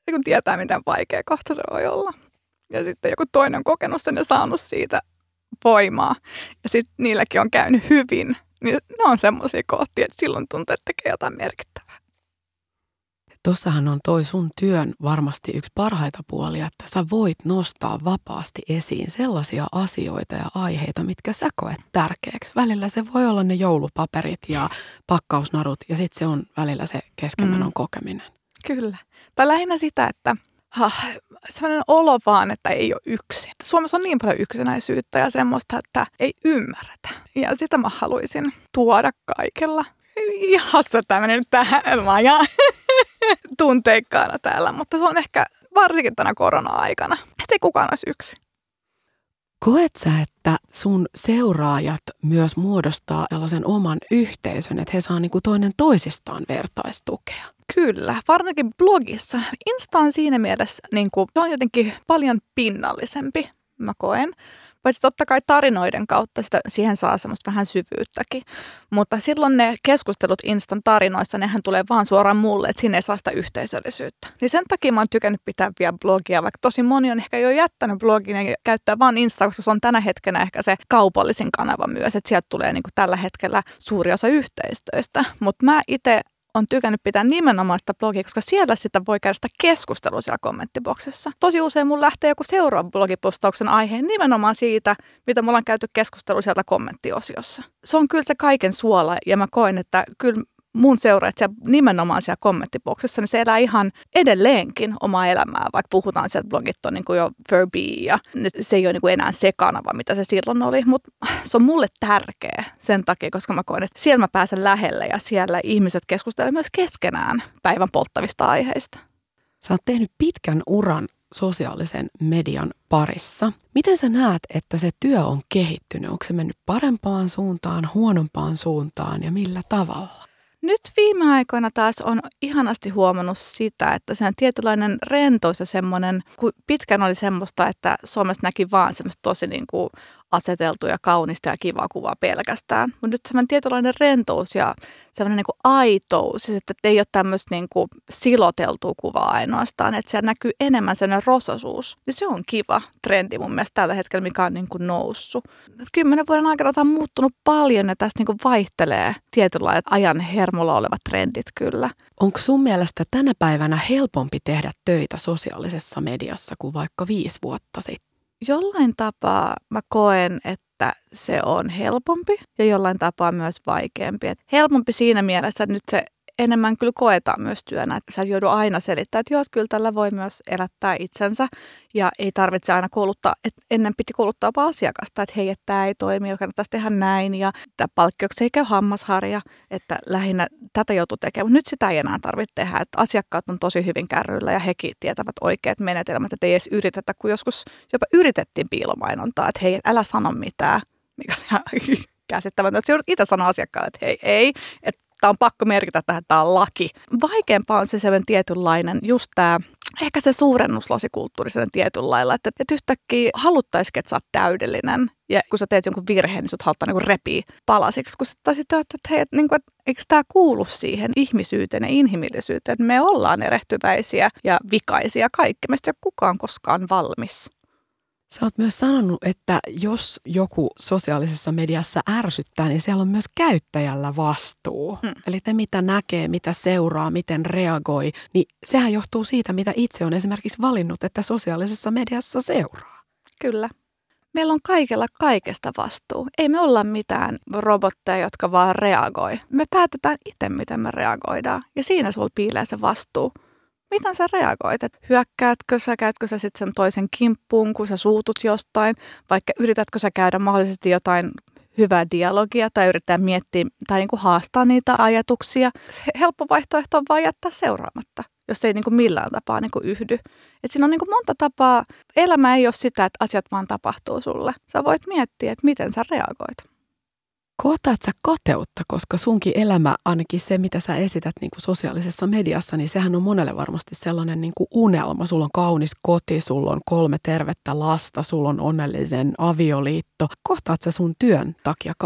kun tietää, miten vaikea kohta se voi olla. Ja sitten joku toinen on kokenut sen ja saanut siitä voimaa. Ja sitten niilläkin on käynyt hyvin. Niin ne on semmoisia kohtia, että silloin tuntuu, että tekee jotain merkittävää. Tuossahan on toi sun työn varmasti yksi parhaita puolia, että sä voit nostaa vapaasti esiin sellaisia asioita ja aiheita, mitkä sä koet tärkeäksi. Välillä se voi olla ne joulupaperit ja pakkausnarut ja sitten se on välillä se keskenmenon kokeminen. Kyllä. Tai lähinnä sitä, että sellainen olo vaan, että ei ole yksin. Suomessa on niin paljon yksinäisyyttä ja semmoista, että ei ymmärretä. Ja sitä mä haluaisin tuoda kaikella. Ihan se tämmöinen nyt tähän ja tunteikkaana täällä, mutta se on ehkä varsinkin tänä korona-aikana, ettei kukaan olisi yksin. Koet sä, että sun seuraajat myös muodostaa sellaisen oman yhteisön, että he saa niinku toinen toisistaan vertaistukea? Kyllä, varsinkin blogissa. Insta on siinä mielessä, se on jotenkin paljon pinnallisempi, mä koen. Paitsi totta kai tarinoiden kautta siihen saa semmoista vähän syvyyttäkin. Mutta silloin ne keskustelut Instan tarinoissa, nehän tulee vaan suoraan mulle, että siinä ei saa sitä yhteisöllisyyttä. Niin sen takia mä oon tykännyt pitää vielä blogia, vaikka tosi moni on ehkä jo jättänyt blogin ja käyttää vaan Instaa, koska se on tänä hetkenä ehkä se kaupallisin kanava myös, että sieltä tulee tällä hetkellä suuri osa yhteistöistä. Mutta mä itse on tykännyt pitää nimenomaan sitä blogia, koska siellä sitä voi käydä sitä keskustelua siellä kommenttiboksissa. Tosi usein mun lähtee joku seuraava blogipostauksen aiheen nimenomaan siitä, mitä me ollaan käyty keskustelua sieltä kommenttiosiossa. Se on kyllä se kaiken suola ja mä koen, että kyllä mun seuraajat siellä nimenomaan siellä kommenttiboksissa, niin se elää ihan edelleenkin omaa elämää, vaikka puhutaan sieltä blogit on jo Furby ja se ei ole enää se kanava, mitä se silloin oli, mutta se on mulle tärkeä sen takia, koska mä koen, että siellä mä pääsen lähelle ja siellä ihmiset keskustelevat myös keskenään päivän polttavista aiheista. Sä oot tehnyt pitkän uran sosiaalisen median parissa. Miten sä näet, että se työ on kehittynyt? Onko se mennyt parempaan suuntaan, huonompaan suuntaan ja millä tavalla? Nyt viime aikoina taas on ihanasti huomannut sitä, että se on tietynlainen rentous ja semmoinen, kun pitkän oli semmoista, että Suomessa näki vaan semmoista tosi aseteltu ja kaunista ja kivaa kuvaa pelkästään. Mutta nyt semmoinen tietynlainen rentous ja semmoinen aitous, että ei ole tämmöistä siloteltua kuvaa ainoastaan, että siellä näkyy enemmän sellainen rososuus. Ja se on kiva trendi mun mielestä tällä hetkellä, mikä on noussut. 10 vuoden aikana tämä on muuttunut paljon ja tästä vaihtelee tietynlaiset ajan hermolla olevat trendit kyllä. Onko sun mielestä tänä päivänä helpompi tehdä töitä sosiaalisessa mediassa kuin vaikka 5 vuotta sitten? Jollain tapaa mä koen, että se on helpompi ja jollain tapaa myös vaikeampi. Et helpompi siinä mielessä, että nyt se enemmän kyllä koetaan myös työnä. Että sä et joudu aina selittämään, että joo, kyllä tällä voi myös elättää itsensä ja ei tarvitse aina kouluttaa. Että ennen piti kouluttaa asiakasta, että hei, että tämä ei toimi, joka kannattaisi tehdä näin ja tämä palkkioksi ei käy hammasharja, että lähinnä tätä joutuu tekemään. Mutta nyt sitä ei enää tarvitse tehdä, että asiakkaat on tosi hyvin kärryillä ja hekin tietävät oikeat menetelmät, että ei edes yritetä, kun joskus jopa yritettiin piilomainontaa, että hei, älä sano mitään, mikä on ihan käsittämätöntä. Että joudut itse sanoa asiakkaalle, että hei, ei, että tämä on pakko merkitä tähän, että tämä on laki. Vaikeampaa on se sellainen tietynlainen, just tämä, ehkä se suurennuslasikulttuuri sellainen tietyllä lailla, että yhtäkkiä haluttaisikin, että sä oot täydellinen. Ja kun sä teet jonkun virheen, niin sut halutaan repii palasiksi. Kun sä taisit että hei, että eikö tämä kuulu siihen ihmisyyteen ja inhimillisyyteen? Me ollaan erehtyväisiä ja vikaisia kaikki. Meistä ei ole kukaan koskaan valmis. Sä oot myös sanonut, että jos joku sosiaalisessa mediassa ärsyttää, niin siellä on myös käyttäjällä vastuu. Eli te mitä näkee, mitä seuraa, miten reagoi, niin sehän johtuu siitä, mitä itse on esimerkiksi valinnut, että sosiaalisessa mediassa seuraa. Kyllä. Meillä on kaikella kaikesta vastuu. Ei me olla mitään robotteja, jotka vaan reagoi. Me päätetään itse, miten me reagoidaan. Ja siinä sulla piilee se vastuu. Miten sä reagoit? Hyökkäätkö sä, käytkö sä sitten sen toisen kimppuun, kun sä suutut jostain? Vaikka yritätkö sä käydä mahdollisesti jotain hyvää dialogia tai yrittää miettiä tai haastaa niitä ajatuksia? Se helppo vaihtoehto on vaan jättää seuraamatta, jos ei millään tapaa yhdy. Et siinä on monta tapaa. Elämä ei ole sitä, että asiat vaan tapahtuu sulle. Sä voit miettiä, että miten sä reagoit. Kohtaat sä kateutta, koska sunkin elämä, ainakin se mitä sä esität sosiaalisessa mediassa, niin sehän on monelle varmasti sellainen unelma. Sulla on kaunis koti, sulla on 3 tervettä lasta, sulla on onnellinen avioliitto. Kohtaat sä sun työn takia kateutta?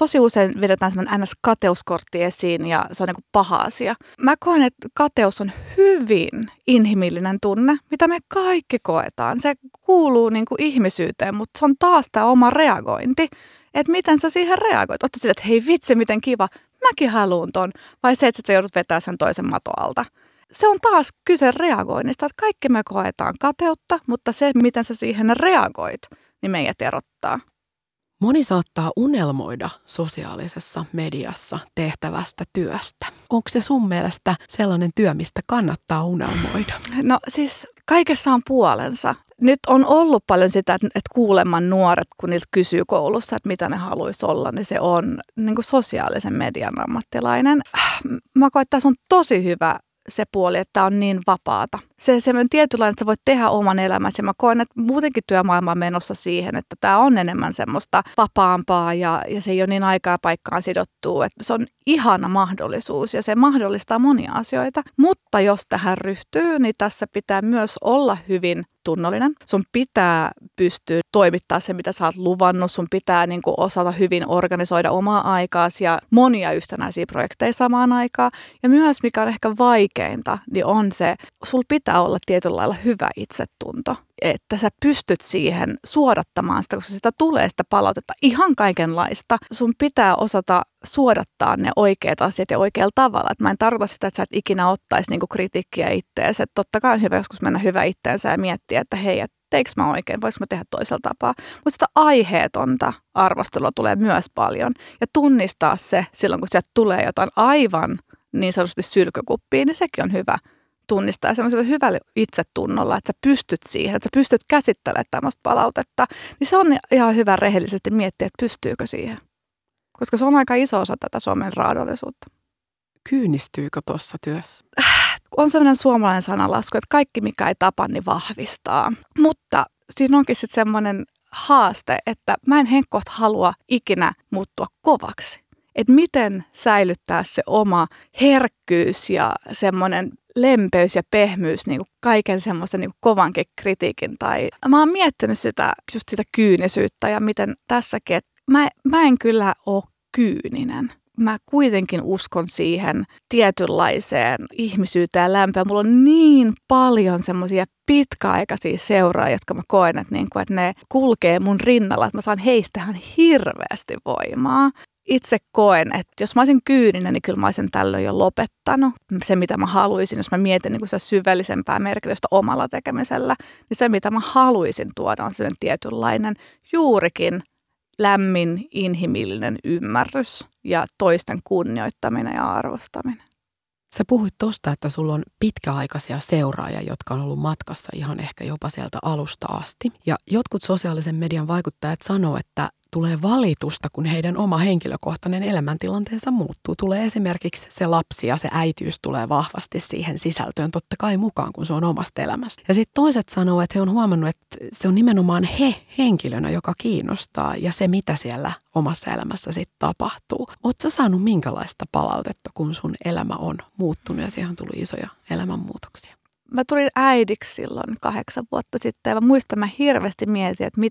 tosi usein vedetään semmoinen NS-kateuskortti esiin ja se on niin kuin paha asia. Mä koen, että kateus on hyvin inhimillinen tunne, mitä me kaikki koetaan. Se kuuluu niin kuin ihmisyyteen, mutta se on taas tämä oma reagointi, että miten sä siihen reagoit. Otta sille, että hei vitsi, miten kiva, mäkin haluun ton. Vai se, että sä joudut vetämään sen toisen matoalta. Se on taas kyse reagoinnista, että kaikki me koetaan kateutta, mutta se, miten sä siihen reagoit, niin meidät erottaa. Moni saattaa unelmoida sosiaalisessa mediassa tehtävästä työstä. Onko se sun mielestä sellainen työ, mistä kannattaa unelmoida? No siis kaikessa on puolensa. Nyt on ollut paljon sitä, että kuulemman nuoret, kun niiltä kysyy koulussa, että mitä ne haluaisi olla, niin se on niin kuin sosiaalisen median ammattilainen. Mä koen, että tässä on tosi hyvä se puoli, että tämä on niin vapaata. Se on tietynlainen, että sä voit tehdä oman elämäsi. Mä koen, että muutenkin työmaailma on menossa siihen, että tämä on enemmän semmoista vapaampaa ja se ei ole niin aikaa paikkaan sidottua. Että se on ihana mahdollisuus ja se mahdollistaa monia asioita. Mutta jos tähän ryhtyy, niin tässä pitää myös olla hyvin tunnollinen. Sun pitää pystyä toimittaa se, mitä sä oot luvannut. Sun pitää niin kuin osata hyvin organisoida omaa aikaasi ja monia yhtenäisiä projekteja samaan aikaan. Ja myös, mikä on ehkä vaikeinta, niin on se, sulla pitää olla tietyllä lailla hyvä itsetunto. Että sä pystyt siihen suodattamaan sitä, koska sitä tulee sitä palautetta ihan kaikenlaista. Sun pitää osata suodattaa ne oikeat asiat ja oikealla tavalla. Et mä en tarkoita sitä, että sä et ikinä ottaisi niinku kritiikkiä itteensä. Totta kai on hyvä joskus mennä hyvä itteensä ja miettiä, että hei, et teikö mä oikein, voisiko mä tehdä toisella tapaa. Mutta sitä aiheetonta arvostelua tulee myös paljon. Ja tunnistaa se silloin, kun sieltä tulee jotain aivan niin sanotusti sylkykuppiin, niin sekin on hyvä tunnistaa ja semmoisella hyvällä itsetunnolla, että sä pystyt siihen, että sä pystyt käsittelemään tämmöistä palautetta, niin se on ihan hyvä rehellisesti miettiä, että pystyykö siihen. Koska se on aika iso osa tätä Suomen raadollisuutta. Kyynistyykö tuossa työssä? On sellainen suomalainen sanalasku, että kaikki mikä ei tapa, niin vahvistaa. Mutta siinä onkin sitten semmoinen haaste, että mä en henkkoht halua ikinä muuttua kovaksi. Että miten säilyttää se oma herkkyys ja semmoinen lempeys ja pehmyys niin kuin kaiken semmoisen niin kuin kovankin kritiikin. Tai mä oon miettinyt just sitä kyynisyyttä ja miten tässäkin, että mä en kyllä ole kyyninen. Mä kuitenkin uskon siihen tietynlaiseen ihmisyyteen ja lämpöön. Mulla on niin paljon semmoisia pitkäaikaisia seuraajia, jotka mä koen, että ne kulkee mun rinnalla, että mä saan heistähän hirveästi voimaa. Itse koen, että jos mä olisin kyyninen, niin kyllä mä olisin tällöin jo lopettanut. Se, mitä mä haluaisin, jos mä mietin niin kuin sitä syvällisempää merkitystä omalla tekemisellä, niin se, mitä mä haluaisin tuoda, on sen tietynlainen juurikin lämmin, inhimillinen ymmärrys ja toisten kunnioittaminen ja arvostaminen. Sä puhuit tosta, että sulla on pitkäaikaisia seuraajia, jotka on ollut matkassa ihan ehkä jopa sieltä alusta asti. Ja jotkut sosiaalisen median vaikuttajat sanoo, että tulee valitusta, kun heidän oma henkilökohtainen elämäntilanteensa muuttuu. Tulee esimerkiksi se lapsi ja se äitiys tulee vahvasti siihen sisältöön totta kai mukaan, kun se on omasta elämästä. Ja sitten toiset sanoo, että he on huomannut, että se on nimenomaan he henkilönä, joka kiinnostaa ja se, mitä siellä omassa elämässä sitten tapahtuu. Ootko sä saanut minkälaista palautetta, kun sun elämä on muuttunut ja siihen on tullut isoja elämänmuutoksia? Mä tulin äidiksi silloin 8 vuotta sitten ja mä muistan, mä hirveästi mietin, että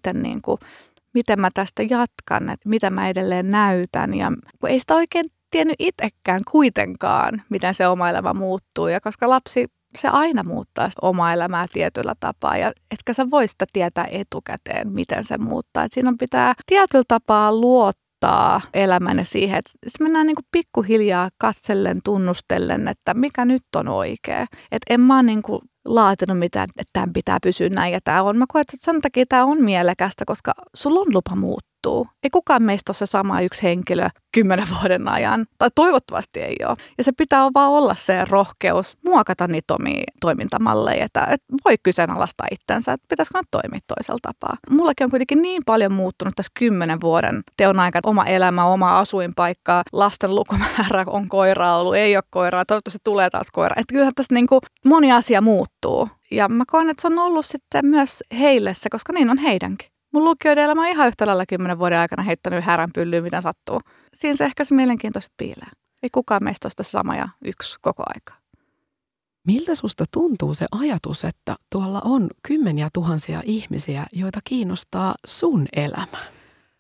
miten mä tästä jatkan, että mitä mä edelleen näytän. Ja kun ei sitä oikein tiennyt itsekään kuitenkaan, miten se oma elämä muuttuu. Ja koska lapsi, se aina muuttaa sitä omaa elämää tietyllä tapaa. Ja etkä sä voi sitä tietää etukäteen, miten se muuttaa. Et siinä pitää tietyllä tapaa luottaa elämänne siihen, että se mennään niin kuin pikkuhiljaa katsellen, tunnustellen, että mikä nyt on oikea. Että en mä ole niin kuin laatinut mitään, että tämän pitää pysyä näin ja tämä on. Mä koen, että sen takia tämä on mielekästä, koska sulla on lupa muuttuu. Ei kukaan meistä ole se sama yksi henkilö 10 vuoden ajan, tai toivottavasti ei ole. Ja se pitää vaan olla se rohkeus muokata niitä omia toimintamalleja, että voi kyseenalaistaa itsensä, että pitäisikö ne toimia toisella tapaa. Mullakin on kuitenkin niin paljon muuttunut tässä 10 vuoden teon aikana. Oma elämä, oma asuinpaikka, lasten lukumäärä, on koiraa ollut, ei ole koiraa, toivottavasti tulee taas koira. Että kyllähän tässä niin kuin moni asia muuttuu. Ja mä koen, että se on ollut sitten myös heille se, koska niin on heidänkin. Mun lukijoiden elämä on ihan yhtä lailla 10 vuoden aikana heittänyt häränpyllyyn, mitä sattuu. Siinä se ehkä se mielenkiintoiset piilee. Ei kukaan meistä ole sitä sama ja yksi koko aika. Miltä susta tuntuu se ajatus, että tuolla on 10 000 ihmisiä, joita kiinnostaa sun elämä?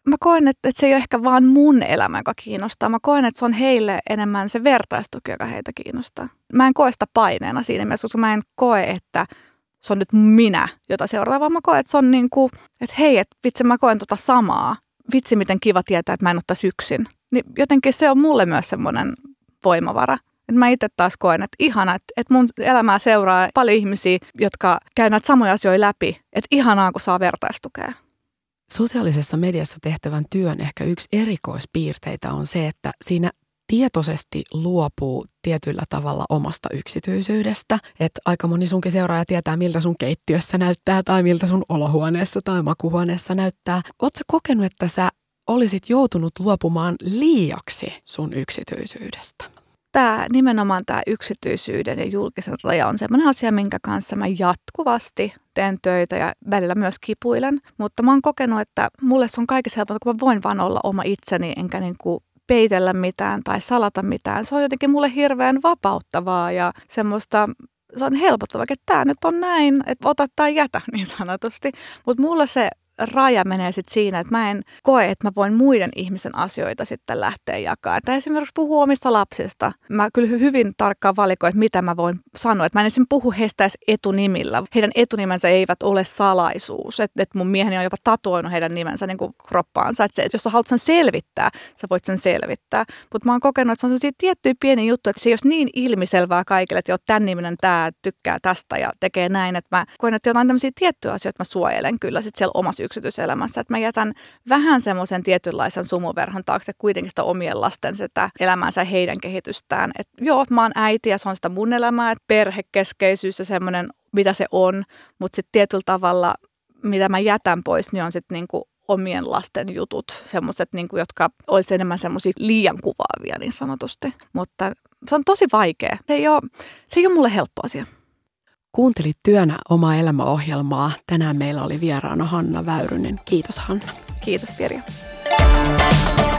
Mä koen, että se ei ole ehkä vaan mun elämä, joka kiinnostaa. Mä koen, että se on heille enemmän se vertaistuki, joka heitä kiinnostaa. Mä en koe sitä paineena siinä mielessä, koska mä en koe, että se on nyt minä, jota seurataan, vaan mä koen, että se on niin kuin, että hei, että vitsi mä koen tota samaa. Vitsi, miten kiva tietää, että mä en ole tässä yksin. Niin jotenkin se on mulle myös semmoinen voimavara. Että mä itse taas koen, että ihana, että mun elämää seuraa paljon ihmisiä, jotka käy näitä samoja asioita läpi. Että ihanaa, kun saa vertaistukea. Sosiaalisessa mediassa tehtävän työn ehkä yksi erikoispiirteitä on se, että siinä tietoisesti luopuu tietyllä tavalla omasta yksityisyydestä. Että aika moni sunkin seuraaja tietää, miltä sun keittiössä näyttää tai miltä sun olohuoneessa tai makuuhuoneessa näyttää. Ootko sä kokenut, että sä olisit joutunut luopumaan liiaksi sun yksityisyydestä? Nimenomaan tämä yksityisyyden ja julkisen raja on sellainen asia, minkä kanssa mä jatkuvasti teen töitä ja välillä myös kipuilen. Mutta mä oon kokenut, että mulle se on kaikessa helppoa, kun mä voin vaan olla oma itseni, enkä niin kuin peitellä mitään tai salata mitään. Se on jotenkin mulle hirveän vapauttavaa ja semmoista, se on helpottavaa, että tämä nyt on näin, että ota tai jätä niin sanotusti. Mutta mulla se raja menee sitten siinä, että mä en koe, että mä voin muiden ihmisen asioita sitten lähteä jakaa. Tai esimerkiksi puhua omista lapsista. Mä kyllä hyvin tarkkaan valikoin, että mitä mä voin sanoa. Että mä en esimerkiksi puhu heistä edes etunimillä. Heidän etunimensä eivät ole salaisuus. Että mun mieheni on jopa tatuoinut heidän nimensä niin kuin kroppaansa. Että jos sä haluat sen selvittää, sä voit sen selvittää. Mutta mä oon kokenut, että se on sellaisia tiettyjä pieniä juttuja, että se ei ole niin ilmiselvää kaikille, että tämän niminen tää tykkää tästä ja tekee näin. Että mä koen, että jotain tämmöisiä tiettyjä asioita mä suojelen kyllä sitten siellä omassa yksityiselämässä, että mä jätän vähän semmoisen tietynlaisen sumuverhon taakse kuitenkin sitä omien lasten sitä elämäänsä ja heidän kehitystään. Että joo, mä oon äiti ja se on sitä mun elämää, että perhekeskeisyys ja semmoinen, mitä se on, mutta sitten tietyllä tavalla, mitä mä jätän pois, niin on sitten niinku omien lasten jutut, semmoiset, niinku, jotka olisi enemmän semmoisia liian kuvaavia niin sanotusti. Mutta se on tosi vaikea. Se ei ole mulle helppo asia. Kuuntelit Työnä Oma elämä-ohjelmaa. Tänään meillä oli vieraana Hanna Väyrynen. Kiitos Hanna. Kiitos Pirjo.